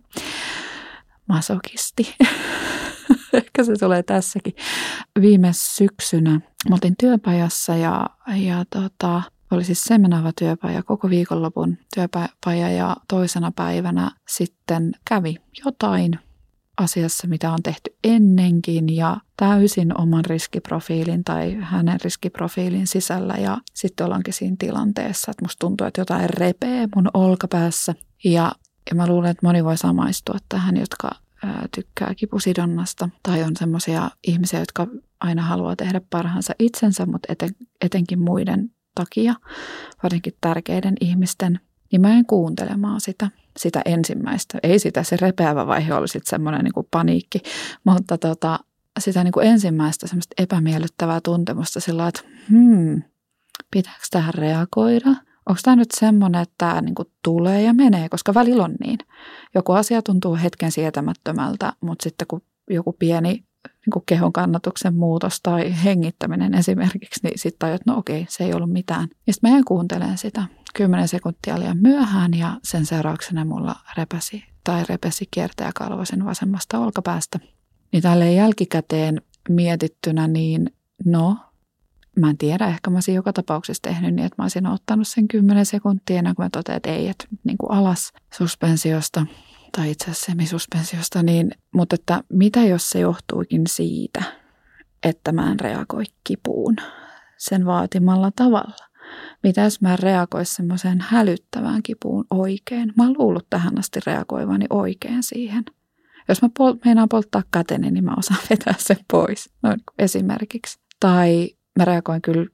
S1: Masokisti. Ehkä se tulee tässäkin. Viime syksynä mä oltiin työpajassa ja, ja tota, oli siis seminaava työpaja, koko viikonlopun työpaja ja toisena päivänä sitten kävi jotain asiassa, mitä on tehty ennenkin ja täysin oman riskiprofiilin tai hänen riskiprofiilin sisällä. Ja sitten ollaankin siinä tilanteessa, että musta tuntuu, että jotain repee mun olkapäässä. Ja, ja mä luulen, että moni voi samaistua tähän, jotka ää, tykkää kipusidonnasta tai on semmoisia ihmisiä, jotka aina haluaa tehdä parhaansa itsensä, mutta eten, etenkin muiden takia, varsinkin tärkeiden ihmisten. Niin mä en kuuntelemaan sitä, sitä ensimmäistä. Ei sitä, se repeävä vaihe oli sitten semmoinen niin kuin paniikki, mutta tota, sitä niin kuin ensimmäistä semmoista epämiellyttävää tuntemusta sillä, että hmm, pitääkö tähän reagoida? Onko tämä nyt semmoinen, että tämä niin kuin tulee ja menee, koska välillä on niin. Joku asia tuntuu hetken sietämättömältä, mutta sitten kun joku pieni niin kuin kehon kannatuksen muutos tai hengittäminen esimerkiksi, niin sitten tajut, että no okei, se ei ollut mitään. Ja sitten mä en kuuntele sitä. Kymmenen sekuntia liian myöhään ja sen seurauksena mulla repäsi tai repesi kiertäjäkalvo sen vasemmasta olkapäästä. Niin tälleen jälkikäteen mietittynä, niin no, mä en tiedä, ehkä mä olisin joka tapauksessa tehnyt niin, että mä olisin ottanut sen kymmenen sekuntia ennen kuin mä totean, että ei, että niin kuin alas suspensiosta tai itse asiassa semisuspensiosta, niin, mutta että mitä jos se johtuukin siitä, että mä en reagoi kipuun sen vaatimalla tavalla? Mitä jos mä reagoisin semmoiseen hälyttävään kipuun oikein? Mä oon luullut tähän asti reagoivani oikein siihen. Jos mä pol- meinaan polttaa käteni, niin mä osaan vetää sen pois, noin esimerkiksi. Tai mä reagoin kyllä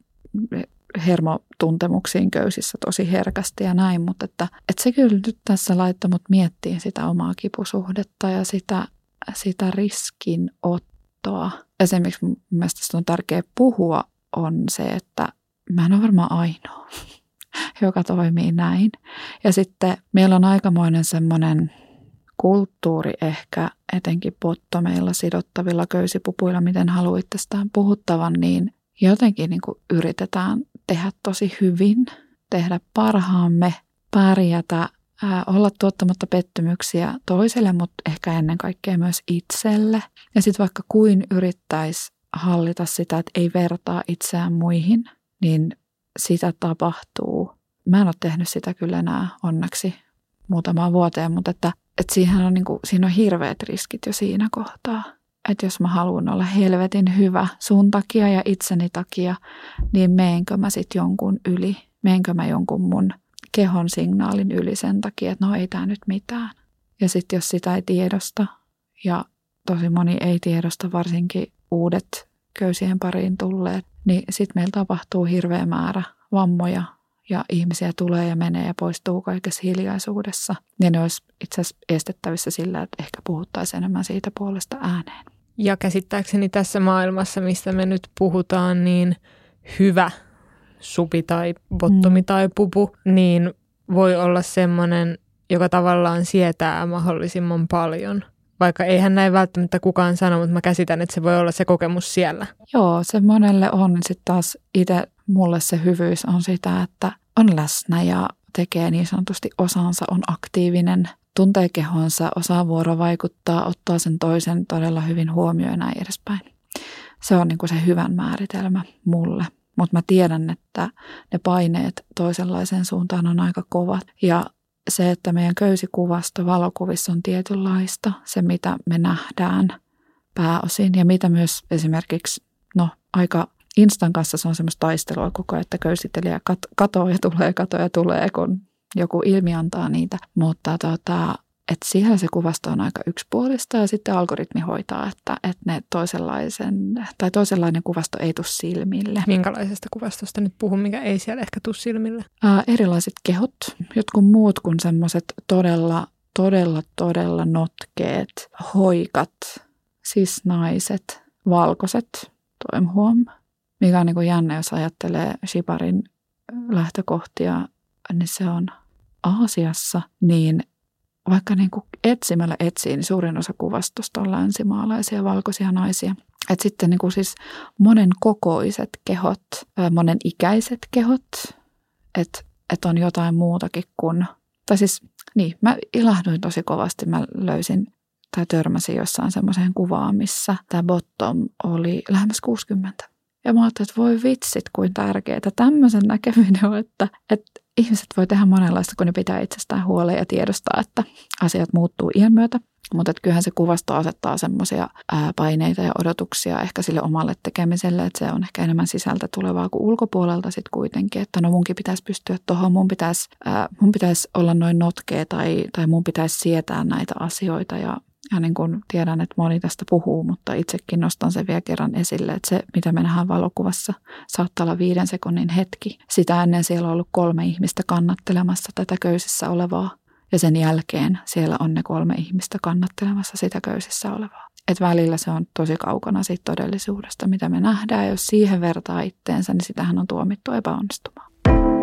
S1: hermotuntemuksiin köysissä tosi herkästi ja näin, mutta että, että se kyllä nyt tässä laittoi mut miettiin sitä omaa kipusuhdetta ja sitä, sitä riskinottoa. Esimerkiksi mun mielestä on tärkeää puhua on se, että mä en ole varmaan ainoa, joka toimii näin. Ja sitten meillä on aikamoinen semmoinen kulttuuri ehkä etenkin bottomeilla sidottavilla köysipupuilla, miten haluatte sitä puhuttavan, niin jotenkin niin kuin yritetään tehdä tosi hyvin, tehdä parhaamme, pärjätä, ää, olla tuottamatta pettymyksiä toiselle, mutta ehkä ennen kaikkea myös itselle. Ja sitten vaikka kuin yrittäisi hallita sitä, että ei vertaa itseään muihin, niin sitä tapahtuu. Mä en ole tehnyt sitä kyllä enää onneksi muutamaan vuoteen, mutta että, että siihen on, niin kuin, siinä on hirveät riskit jo siinä kohtaa. Että jos mä haluan olla helvetin hyvä sun takia ja itseni takia, niin meenkö mä sitten jonkun yli? Meenkö mä jonkun mun kehon signaalin yli sen takia, että no ei tää nyt mitään. Ja sitten jos sitä ei tiedosta, ja tosi moni ei tiedosta, varsinkin uudet köysien pariin tulleet, niin sitten meillä tapahtuu hirveä määrä vammoja ja ihmisiä tulee ja menee ja poistuu kaikessa hiljaisuudessa. Ja ne olisi itse asiassa estettävissä sillä, että ehkä puhuttaisiin enemmän siitä puolesta ääneen.
S2: Ja käsittääkseni tässä maailmassa, mistä me nyt puhutaan, niin hyvä supi tai bottomi mm. tai pupu, niin voi olla semmoinen, joka tavallaan sietää mahdollisimman paljon. Vaikka eihän näin välttämättä kukaan sano, mutta mä käsitän, että se voi olla se kokemus siellä.
S1: Joo, se monelle on. Sitten taas itse mulle se hyvyys on sitä, että on läsnä ja tekee niin sanotusti osansa, on aktiivinen, tuntee kehonsa, osaa vuorovaikuttaa, ottaa sen toisen todella hyvin huomioon ja näin edespäin. Se on niin kuin se hyvän määritelmä mulle. Mutta mä tiedän, että ne paineet toisenlaiseen suuntaan on aika kovat. Ja se, että meidän köysikuvasta valokuvissa on tietynlaista, se mitä me nähdään pääosin ja mitä myös esimerkiksi, no aika Instan kanssa se on semmoista taistelua koko ajan, että köysitelijä kat- katoo ja tulee, katoo ja tulee, kun joku ilmi antaa niitä. Mutta tota, että siellä se kuvasto on aika yksipuolista ja sitten algoritmi hoitaa, että, että ne toisenlaisen, tai toisenlainen kuvasto ei tule silmille.
S2: Minkälaisesta kuvastosta nyt puhun, mikä ei siellä ehkä tule silmille?
S1: Ää, erilaiset kehot, jotkut muut kuin semmoiset todella, todella, todella notkeet, hoikat, siis naiset, valkoiset, toim huom. Mikä on niin kuin jännä, jos ajattelee Shibarin lähtökohtia, niin se on Aasiassa, niin vaikka niin kuin etsimällä etsii, niin suurin osa kuvastosta on länsimaalaisia valkoisia naisia. Että sitten niin kuin siis monen kokoiset kehot, monen ikäiset kehot, että et on jotain muutakin kuin, tai siis niin, mä ilahduin tosi kovasti, mä löysin tai törmäsin jossain semmoiseen kuvaan, missä tämä bottom oli lähemmäs kuusikymmentä. Ja mä ajattelin, että voi vitsit, kuin tärkeää tämmöisen näkeminen on, että, että ihmiset voi tehdä monenlaista, kun ne pitää itsestään huolen ja tiedostaa, että asiat muuttuu iän myötä. Mutta kyllähän se kuvasto asettaa semmoisia paineita ja odotuksia ehkä sille omalle tekemiselle, että se on ehkä enemmän sisältä tulevaa kuin ulkopuolelta sitten kuitenkin. Että no munkin pitäisi pystyä tuohon, mun pitäisi, ää, mun pitäisi olla noin notkea tai, tai mun pitäisi sietää näitä asioita ja Ja niin kuin tiedän, että moni tästä puhuu, mutta itsekin nostan sen vielä kerran esille, että se, mitä me nähdään valokuvassa, saattaa olla viiden sekunnin hetki. Sitä ennen siellä on ollut kolme ihmistä kannattelemassa tätä köysissä olevaa. Ja sen jälkeen siellä on ne kolme ihmistä kannattelemassa sitä köysissä olevaa. Et välillä se on tosi kaukana siitä todellisuudesta, mitä me nähdään. Jos siihen vertaa itteensä, niin sitähän on tuomittu epäonnistumaan.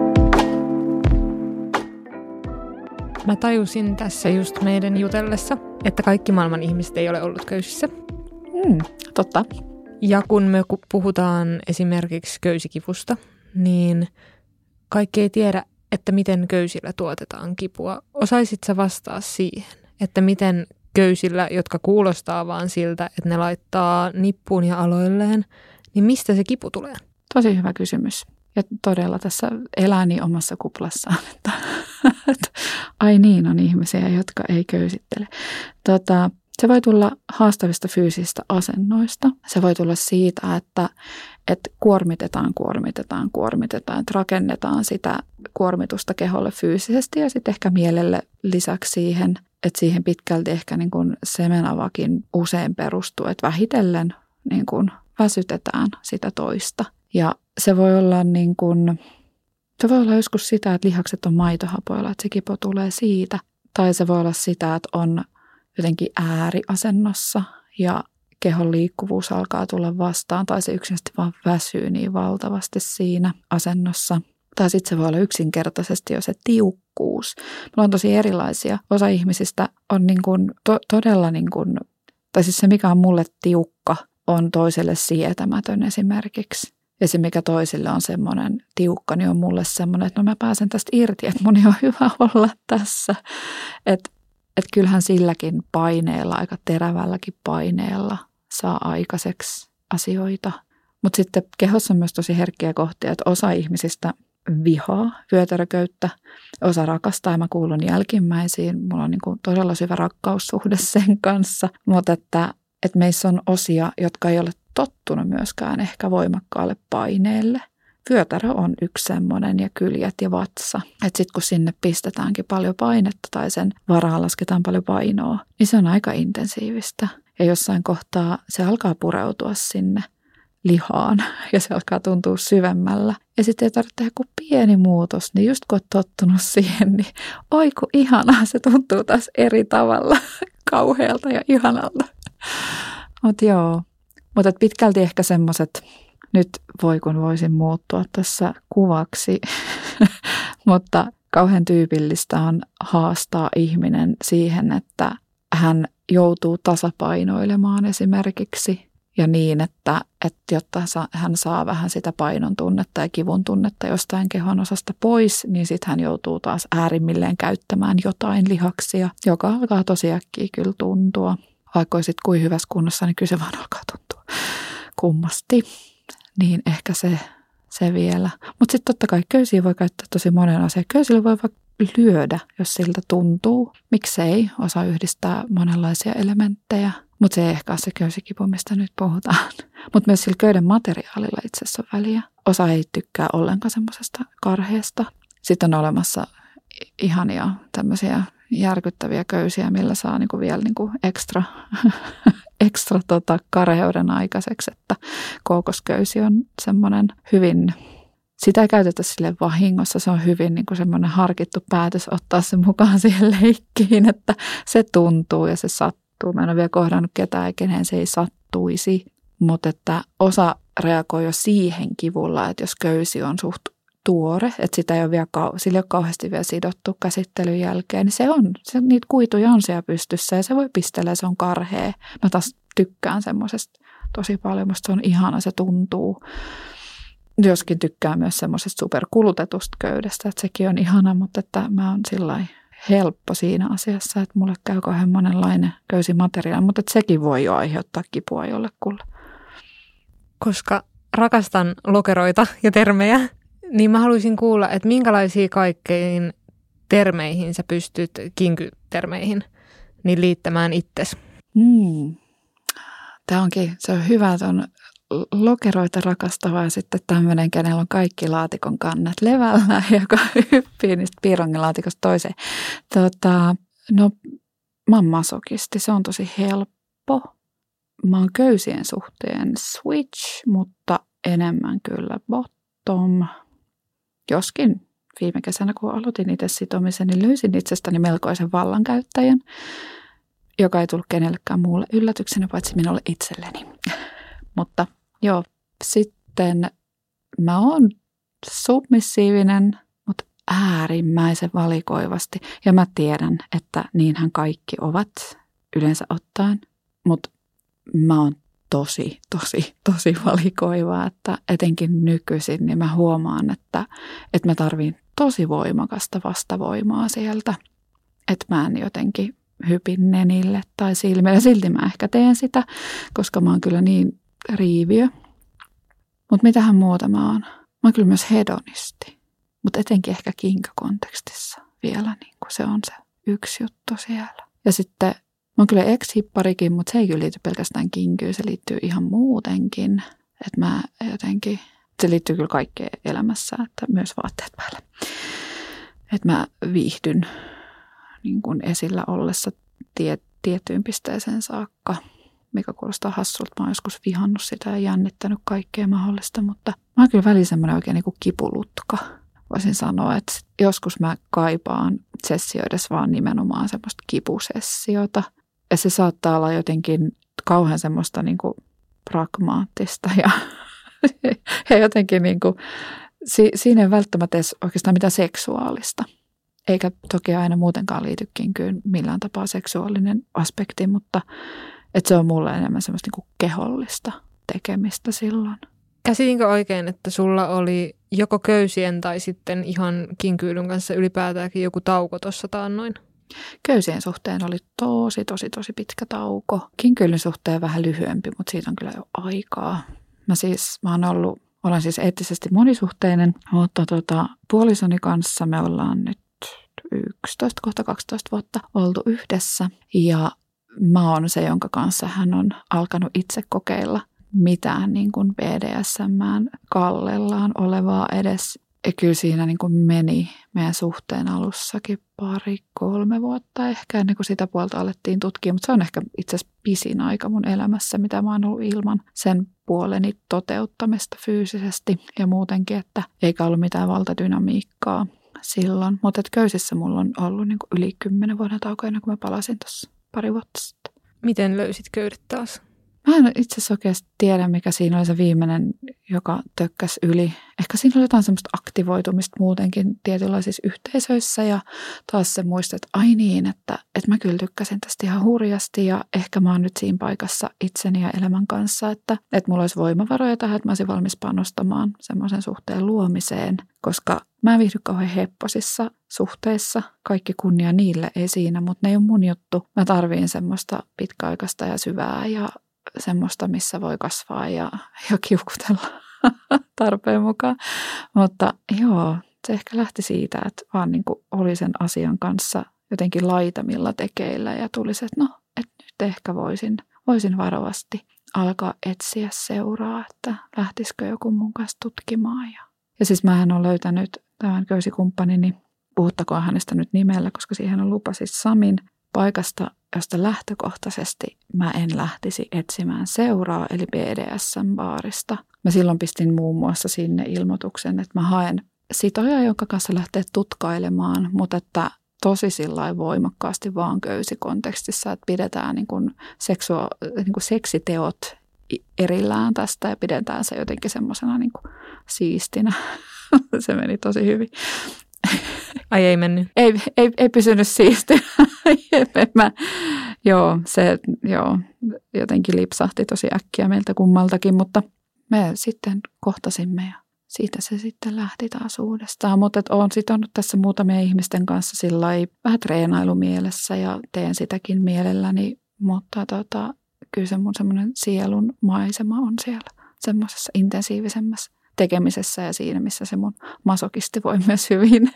S2: Mä tajusin tässä just meidän jutellessa, että kaikki maailman ihmiset ei ole ollut köysissä.
S1: Mm, totta.
S2: Ja kun me puhutaan esimerkiksi köysikivusta, niin kaikki ei tiedä, että miten köysillä tuotetaan kipua. Osaisit sä vastaa siihen, että miten köysillä, jotka kuulostaa vaan siltä, että ne laittaa nippuun ja aloilleen, niin mistä se kipu tulee?
S1: Tosi hyvä kysymys. Ja todella tässä elää niin omassa kuplassaan, että, että ai niin on ihmisiä, jotka ei köysittele. Tota, se voi tulla haastavista fyysisistä asennoista. Se voi tulla siitä, että, että kuormitetaan, kuormitetaan, kuormitetaan, että rakennetaan sitä kuormitusta keholle fyysisesti ja sitten ehkä mielelle lisäksi siihen, että siihen pitkälti ehkä niin kuin semenavakin usein perustuu, että vähitellen niin kuin väsytetään sitä toista. Ja se voi olla niin kuin, se voi olla joskus sitä, että lihakset on maitohapoilla, että se kipu tulee siitä. Tai se voi olla sitä, että on jotenkin ääriasennossa ja kehon liikkuvuus alkaa tulla vastaan. Tai se yksinkertaisesti vaan väsyy niin valtavasti siinä asennossa. Tai sitten se voi olla yksinkertaisesti jo se tiukkuus. kuusi. Me on tosi erilaisia. Osa ihmisistä on niin kuin to, todella, niin kuin, tai siis se mikä on mulle tiukka, on toiselle sietämätön esimerkiksi. Ja se mikä toisille on semmoinen tiukka, niin on mulle semmoinen, että no mä pääsen tästä irti, että mun on hyvä olla tässä. Että et kyllähän silläkin paineella, aika terävälläkin paineella saa aikaiseksi asioita. Mutta sitten kehossa on myös tosi herkkiä kohtia, että osa ihmisistä vihaa vyötärököyttä, osa rakastaa ja mä kuulun jälkimmäisiin. Mulla on niinku todella syvä rakkaussuhde sen kanssa, mutta että, että meissä on osia, jotka ei ole tottunut myöskään ehkä voimakkaalle paineelle. Vyötärö on yksi semmoinen ja kyljät ja vatsa. Että sitten kun sinne pistetäänkin paljon painetta tai sen varaan lasketaan paljon painoa, niin se on aika intensiivistä. Ja jossain kohtaa se alkaa pureutua sinne lihaan ja se alkaa tuntua syvemmällä. Ja sitten ei tarvitse tehdä kuin pieni muutos, niin just kun olet tottunut siihen, niin oi kun ihanaa, se tuntuu taas eri tavalla kauhealta ja ihanalta. Mutta joo, mutta pitkälti ehkä semmoiset, nyt voi kun voisin muuttua tässä kuvaksi, mutta kauhean tyypillistä on haastaa ihminen siihen, että hän joutuu tasapainoilemaan esimerkiksi ja niin, että, että jotta hän saa vähän sitä painon tunnetta ja kivun tunnetta jostain kehon osasta pois, niin sitten hän joutuu taas äärimmilleen käyttämään jotain lihaksia, joka alkaa tosi äkkiä kyllä tuntua. Vaikka olisit kuin hyvässä kunnossa, niin kyllä se vaan alkaa tuntua kummasti. Niin ehkä se, se vielä. Mutta sitten totta kai köysiä voi käyttää tosi monen asian. Köysillä voi vaikka lyödä, jos siltä tuntuu. Miksei osaa yhdistää monenlaisia elementtejä. Mutta se ei ehkä ole se köysikipu, mistä nyt puhutaan. Mutta myös sillä köyden materiaalilla itse asiassa on väliä. Osa ei tykkää ollenkaan semmoisesta karheesta. Sitten on olemassa ihania tämmöisiä järkyttäviä köysiä, millä saa niinku vielä niinku ekstra, ekstra tota karheuden aikaiseksi, että kookosköysi on semmoinen hyvin, sitä ei käytetä sille vahingossa, se on hyvin niinku semmoinen harkittu päätös ottaa se mukaan siihen leikkiin, että se tuntuu ja se sattuu. Mä en ole vielä kohdannut ketään, kenen se ei sattuisi, mutta että osa reagoi jo siihen kivulla, että jos köysi on suht tuore, että sitä ei ole vielä, sillä ei ole kauheasti vielä sidottu käsittelyn jälkeen, niin se on, se, niitä kuituja on siellä pystyssä ja se voi pistellä, se on karhea. Mä taas tykkään semmoisesta tosi paljon, musta se on ihana, se tuntuu. Joskin tykkään myös semmoisesta superkulutetusta köydestä, että sekin on ihana, mutta että mä oon sillai helppo siinä asiassa, että mulle käy kauhean monenlainen köysimateriaali, mutta että sekin voi jo aiheuttaa kipua jollekulle.
S2: Koska rakastan lokeroita ja termejä, niin mä haluaisin kuulla, että minkälaisia kaikkein termeihin sä pystyt, kinkytermeihin, niin liittämään itsesi?
S1: Mm. Tämä onkin, se on hyvä, että on lokeroita rakastava ja sitten tämmöinen, kenellä on kaikki laatikon kannat levällä, joka hyppii niistä piirongilaatikosta toiseen. Tota, no, mä oon masokisti, se on tosi helppo. Mä oon köysien suhteen switch, mutta enemmän kyllä bottom. Joskin viime kesänä, kun aloitin itse sitomisen, niin löysin itsestäni melkoisen vallankäyttäjän, joka ei tullut kenellekään muulle yllätyksenä, paitsi minulle itselleni. Mutta joo, sitten mä oon submissiivinen, mutta äärimmäisen valikoivasti. Ja mä tiedän, että niinhän kaikki ovat yleensä ottaen, mutta mä oon tosi, tosi, tosi valikoivaa, että etenkin nykyisin niin mä huomaan, että, että mä tarvin tosi voimakasta vastavoimaa sieltä, että mä en jotenkin hypin nenille tai silmille. Silti mä ehkä teen sitä, koska mä oon kyllä niin riiviö. Mutta mitähän muuta mä oon? Mä oon kyllä myös hedonisti, mutta etenkin ehkä kinkakontekstissa vielä, niin kuin se on se yksi juttu siellä. Ja sitten mä oon kyllä ex-hipparikin, mutta se ei kyllä liity pelkästään kinkyyn, se liittyy ihan muutenkin. Että mä jotenkin, se liittyy kyllä kaikkeen elämässä, että myös vaatteet päälle. Että mä viihdyn niin kuin esillä ollessa tie, tiettyyn pisteeseen saakka, mikä kuulostaa hassulta. Mä oon joskus vihannut sitä ja jännittänyt kaikkea mahdollista, mutta mä oon kyllä väliin semmoinen oikein niin kuin kipulutka. Voisin sanoa, että joskus mä kaipaan sessioidessa vaan nimenomaan semmoista kipusessiota. Ja se saattaa olla jotenkin kauhean semmoista niin kuin pragmaattista ja, ja jotenkin niin kuin, si, siinä ei välttämättä edes oikeastaan mitään seksuaalista. eikä toki aina muutenkaan liity kinkyyn millään tapaa seksuaalinen aspekti, mutta että se on mulle enemmän semmoista niin kuin kehollista tekemistä silloin.
S2: Käsitinkö oikein, että sulla oli joko köysien tai sitten ihan kinkyilyn kanssa ylipäätäänkin joku tauko tuossa taannoin?
S1: Köysien suhteen oli tosi, tosi, tosi pitkä tauko. Kinkyilyn suhteen vähän lyhyempi, mutta siitä on kyllä jo aikaa. Mä siis, mä oon ollut, olen siis eettisesti monisuhteinen, mutta tota, puolisoni kanssa me ollaan nyt yksitoista, kohta kaksitoista vuotta oltu yhdessä. Ja mä oon se, jonka kanssa hän on alkanut itse kokeilla mitään niin kuin B D S M:ään kallellaan olevaa edes. Ja kyllä siinä niin kuin meni meidän suhteen alussakin pari, kolme vuotta ehkä ennen kuin sitä puolta alettiin tutkia. Mutta se on ehkä itse asiassa pisin aika mun elämässä, mitä mä oon ollut ilman sen puoleni toteuttamista fyysisesti ja muutenkin, että eikä ollut mitään valtadynamiikkaa silloin. Mutta köysissä mulla on ollut niin kuin yli kymmenen vuoden tauko ennen kuin mä palasin tuossa pari vuotta sitten.
S2: Miten löysit köydet taas?
S1: Mä en itse asiassa oikeasti tiedä, mikä siinä oli se viimeinen, joka tökkäsi yli. Ehkä siinä oli jotain semmoista aktivoitumista muutenkin tietynlaisissa yhteisöissä ja taas se muista, että ai niin, että, että mä kyllä tykkäsin tästä ihan hurjasti ja ehkä mä oon nyt siinä paikassa itseni ja elämän kanssa, että, että mulla olisi voimavaroja tähän, että mä olisin valmis panostamaan semmoisen suhteen luomiseen, koska mä en viihdy kauhean hepposissa suhteissa. Kaikki kunnia niille, ei siinä, mutta ne ei ole mun juttu. Mä tarviin semmoista pitkäaikaista ja syvää ja semmoista, missä voi kasvaa ja, ja kiukutella tarpeen mukaan. Mutta joo, se ehkä lähti siitä, että vaan niin kuin oli sen asian kanssa jotenkin laitamilla tekeillä ja tuli se, että no, että nyt ehkä voisin, voisin varovasti alkaa etsiä seuraa, että lähtisikö joku mun kanssa tutkimaan. Ja, ja siis mähän olen löytänyt tämän köysikumppanini, puhuttakoon hänestä nyt nimellä, koska siihen on lupa siis Samin paikasta, josta lähtökohtaisesti mä en lähtisi etsimään seuraa, eli B D S M-baarista. Mä silloin pistin muun muassa sinne ilmoituksen, että mä haen sitoja, jonka kanssa lähtee tutkailemaan, mutta että tosi sillai voimakkaasti vaan köysikontekstissa, että pidetään niin kuin seksua, niin kuin seksiteot erillään tästä ja pidetään se jotenkin semmoisena niin kuin siistinä. Se meni tosi hyvin.
S2: Ai ei mennyt?
S1: Ei, ei, ei pysynyt siistinä. Mä, joo, se joo, jotenkin lipsahti tosi äkkiä meiltä kummaltakin, mutta me sitten kohtasimme ja siitä se sitten lähti taas uudestaan. Mutta olen sitonut tässä muutamia ihmisten kanssa sillai vähän treenailumielessä ja teen sitäkin mielelläni, mutta tota, kyllä se mun semmoinen sielun maisema on siellä semmoisessa intensiivisemmässä tekemisessä ja siinä, missä se mun masokisti voi myös hyvin.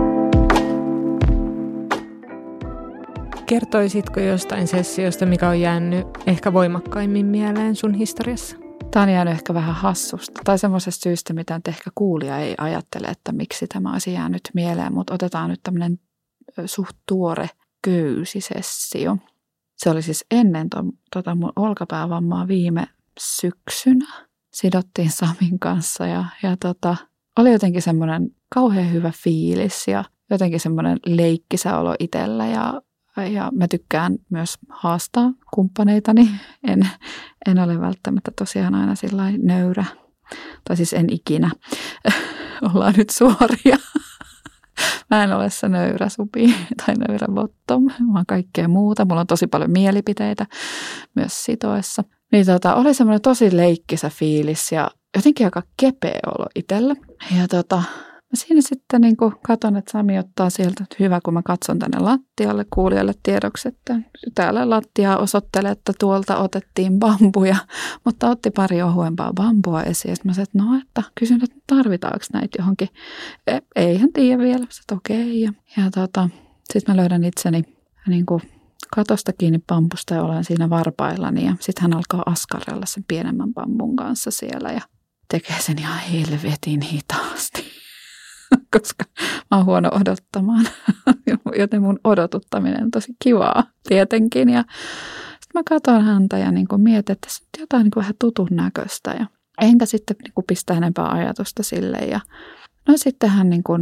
S2: Kertoisitko jostain sessiosta, mikä on jäänyt ehkä voimakkaimmin mieleen sun historiassa?
S1: Tämä on jäänyt ehkä vähän hassusta tai semmoisesta syystä, mitä nyt ehkä kuulija ei ajattele, että miksi tämä olisi jäänyt mieleen, mutta otetaan nyt tämmöinen suht tuore köysisessio. Se oli siis ennen to, tota mun olkapäävammaa viime syksynä. Sidottiin Samin kanssa ja, ja tota, oli jotenkin semmoinen kauhean hyvä fiilis ja jotenkin semmoinen leikkisä olo itsellä ja Ja mä tykkään myös haastaa kumppaneitani. En, en ole välttämättä tosiaan aina sillain nöyrä. Tai siis en ikinä. Ollaan nyt suoria. Mä en ole se nöyrä supi tai nöyrä bottom. Mä oon kaikkea muuta. Mulla on tosi paljon mielipiteitä myös sitoessa. Niin tota, oli semmoinen tosi leikkisä fiilis ja jotenkin aika kepeä olo itsellä. Ja tota... Mä siinä sitten niin katson, että Sami ottaa sieltä, että hyvä kun mä katson tänne lattialle kuulijalle tiedoksi, että täällä lattiaa osoittelee, että tuolta otettiin bambuja, mutta otti pari ohuempaa bambua esiin. Sitten mä sanoin, että no, että kysyn, että tarvitaanko näitä johonkin. E, eihän tiedä vielä, että okei. Ja, ja tota, sitten mä löydän itseni niin kuin katosta kiinni bambusta ja olen siinä varpaillani. Ja sitten hän alkaa askarrella sen pienemmän bambun kanssa siellä ja tekee sen ihan helvetin hitaasti. Koska mä oon huono odottamaan, joten mun odotuttaminen on tosi kivaa tietenkin. Ja sitten mä katson häntä ja niin kuin mietin, että se on jotain niin kuin vähän tutun näköistä. Ja enkä sitten niin kuin pistä enempää ajatusta sille. Ja no sitten hän niin kuin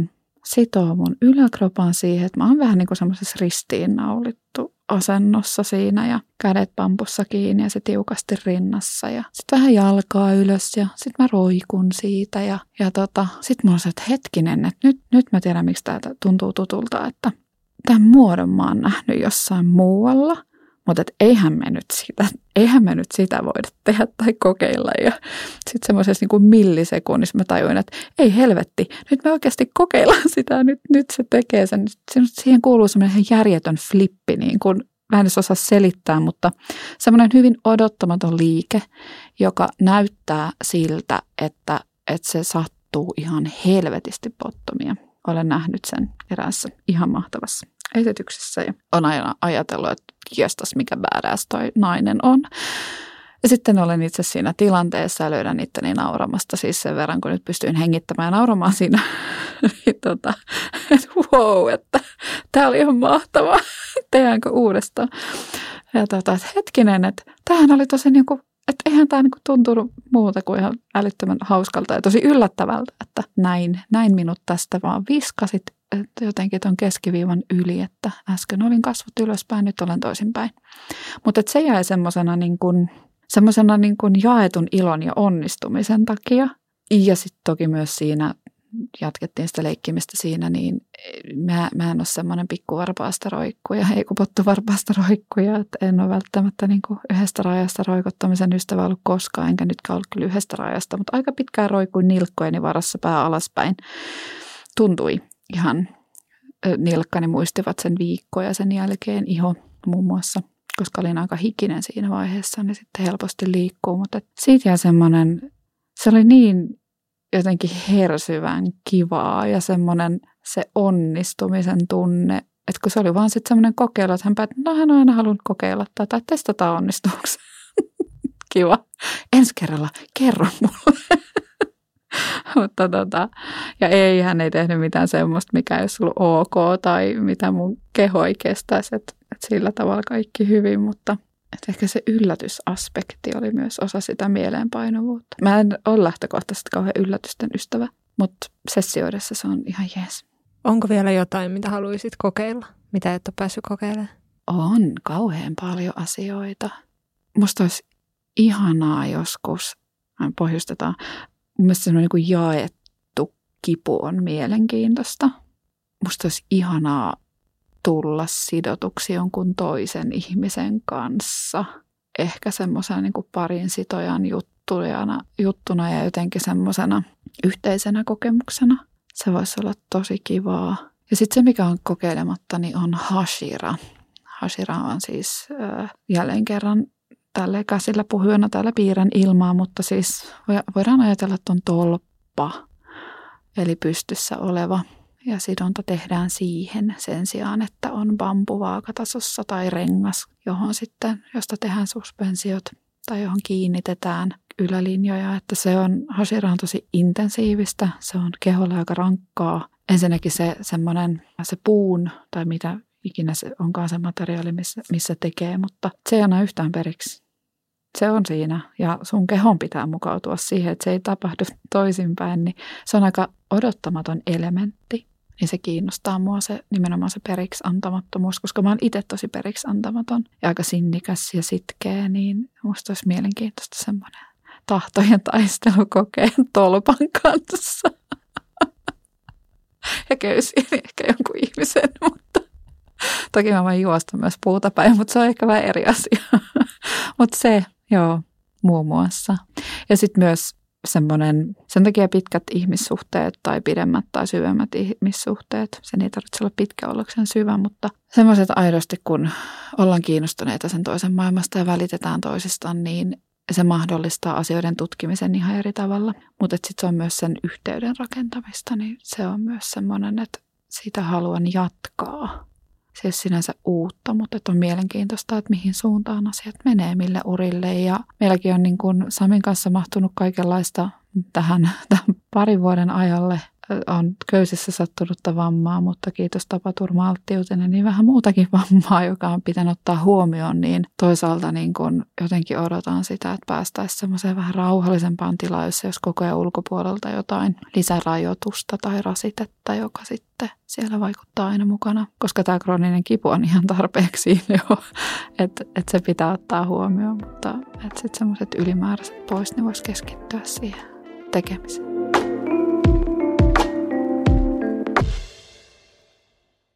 S1: sitoo mun yläkropan siihen, että mä oon vähän niin kuin semmoisessa ristiinnaulittu asennossa siinä ja kädet pampussa kiinni ja se tiukasti rinnassa ja sitten vähän jalkaa ylös ja sitten mä roikun siitä ja, ja tota, sitten mulla on se, että hetkinen, että nyt, nyt mä tiedän miksi tää tuntuu tutulta, että tämän muodon mä oon nähnyt jossain muualla, mutta et eihän me nyt sitä, eihän me nyt sitä voida tehdä tai kokeilla. Ja sitten semmoisessa niin kuin millisekunnissa mä tajuin, että ei helvetti, nyt me oikeasti kokeillaan sitä, nyt, nyt se tekee sen. Siihen kuuluu semmoinen ihan järjetön flippi, niin kuin mä en edes osaa selittää, mutta semmoinen hyvin odottamaton liike, joka näyttää siltä, että, että se sattuu ihan helvetisti pottomia. Olen nähnyt sen eräässä ihan mahtavassa esityksessä ja on aina ajatellut, että kiestas mikä badass toi nainen on. Ja sitten olen itse siinä tilanteessa ja löydän itteni nauramasta siis sen verran, kun nyt pystyin hengittämään ja nauramaan siinä. tota, että wow, että tämä oli ihan mahtavaa, tehdäänkö uudestaan. Ja tota, että hetkinen, että tämähän oli tosi niin kuin, että eihän tämä niin kuin tuntunut muuta kuin ihan älyttömän hauskalta ja tosi yllättävältä, että näin, näin minut tästä vaan viskasit että jotenkin tuon keskiviivan yli, että äsken olin kasvot ylöspäin, nyt olen toisinpäin. Mutta se jäi semmoisena niin kuin, semmosena niin kuin jaetun ilon ja onnistumisen takia. Ja sitten toki myös siinä, jatkettiin sitä leikkimistä siinä, niin mä, mä en ole semmoinen pikkuvarpaasta roikkuja, ei kupottuvarpaasta roikkuja, että en ole välttämättä niin kuin yhdestä rajasta roikottamisen ystävä ollut koskaan, enkä nytkään ollut kyllä yhdestä rajasta, mutta aika pitkään roikuin nilkkojeni varassa pää alaspäin. Tuntui ihan, nilkkani muistivat sen viikkoja sen jälkeen, iho muun muassa, koska olin aika hikinen siinä vaiheessa, niin sitten helposti liikkuu, mutta siitä jäi semmoinen, se oli niin jotenkin hersyvän kivaa ja semmoinen se onnistumisen tunne, että kun se oli vaan sitten semmoinen kokeilu, että hän päätti, no hän on aina halunnut kokeilla tätä, testataan onnistuuko. Kiva. Ensi kerralla kerro mulle. Mutta tota, ja ei, hän ei tehnyt mitään semmoista, mikä ei olisi ollut ok tai mitä mun keho ei kestäisi, että, että sillä tavalla kaikki hyvin, mutta että ehkä se yllätysaspekti oli myös osa sitä mieleenpainuvuutta. Mä en ole lähtökohtaisesti kauhean yllätysten ystävä, mutta sessioidessa se on ihan jees.
S2: Onko vielä jotain, mitä haluaisit kokeilla? Mitä et ole päässyt kokeilemaan?
S1: On kauhean paljon asioita. Musta olisi ihanaa joskus, pohjustetaan, mielestäni semmoinen niin kuin jaettu kipu on mielenkiintoista. Musta olisi ihanaa tulla sidotuksi jonkun toisen ihmisen kanssa. Ehkä semmoisena niin kuin parin sitojan juttuna, juttuna ja jotenkin semmoisena yhteisenä kokemuksena. Se voisi olla tosi kivaa. Ja sitten se, mikä on kokeilematta, niin on hashira. Hashira on siis äh, jälleen kerran tälle käsillä puhujana täällä piirrän ilmaa, mutta siis voidaan ajatella, että on tolppa, eli pystyssä oleva. Ja sidonta tehdään siihen sen sijaan, että on bambu vaakatasossa tai rengas, johon sitten, josta tehdään suspensiot tai johon kiinnitetään ylälinjoja. Että se on, hashira on tosi intensiivistä, se on keholle aika rankkaa. Ensinnäkin se semmoinen, se puun tai mitä ikinä se onkaan se materiaali, missä, missä tekee, mutta se ei anna yhtään periksi. Se on siinä ja sun kehon pitää mukautua siihen, että se ei tapahdu toisinpäin, niin se on aika odottamaton elementti. Niin se kiinnostaa mua se nimenomaan se periksi antamattomuus, koska mä oon itse tosi periksi antamaton ja aika sinnikäs ja sitkeä, niin musta olisi mielenkiintoista semmoinen tahtojen taistelu kokeen tolpan kanssa. Ja köysien ehkä jonkun ihmisen, mutta toki mä voin juosta myös puuta päin, mutta se on ehkä vähän eri asia. Mutta se, joo, muun muassa. Ja sitten myös semmoinen, sen takia pitkät ihmissuhteet tai pidemmät tai syvemmät ihmissuhteet, sen ei tarvitse olla pitkä ollakseen syvä, mutta semmoiset aidosti, kun ollaan kiinnostuneita sen toisen maailmasta ja välitetään toisistaan, niin se mahdollistaa asioiden tutkimisen ihan eri tavalla. Mutta sitten se on myös sen yhteyden rakentamista, niin se on myös semmoinen, että sitä haluan jatkaa. Se ei ole sinänsä uutta, mutta että on mielenkiintoista, että mihin suuntaan asiat menee, mille urille. Ja meilläkin on niin kuin Samin kanssa mahtunut kaikenlaista tähän, tähän parin vuoden ajalle on köysissä sattunutta vammaa, mutta kiitos tapaturma-alttiutena, niin vähän muutakin vammaa, joka on pitänyt ottaa huomioon, niin toisaalta niin kun jotenkin odotan sitä, että päästäisiin semmoiseen vähän rauhallisempaan tilaan, jossa jos koko ajan ulkopuolelta jotain lisärajoitusta tai rasitetta, joka sitten siellä vaikuttaa aina mukana, koska tämä krooninen kipu on ihan tarpeeksi jo, että et se pitää ottaa huomioon, mutta että sitten semmoiset ylimääräiset pois, niin voisi keskittyä siihen tekemiseen.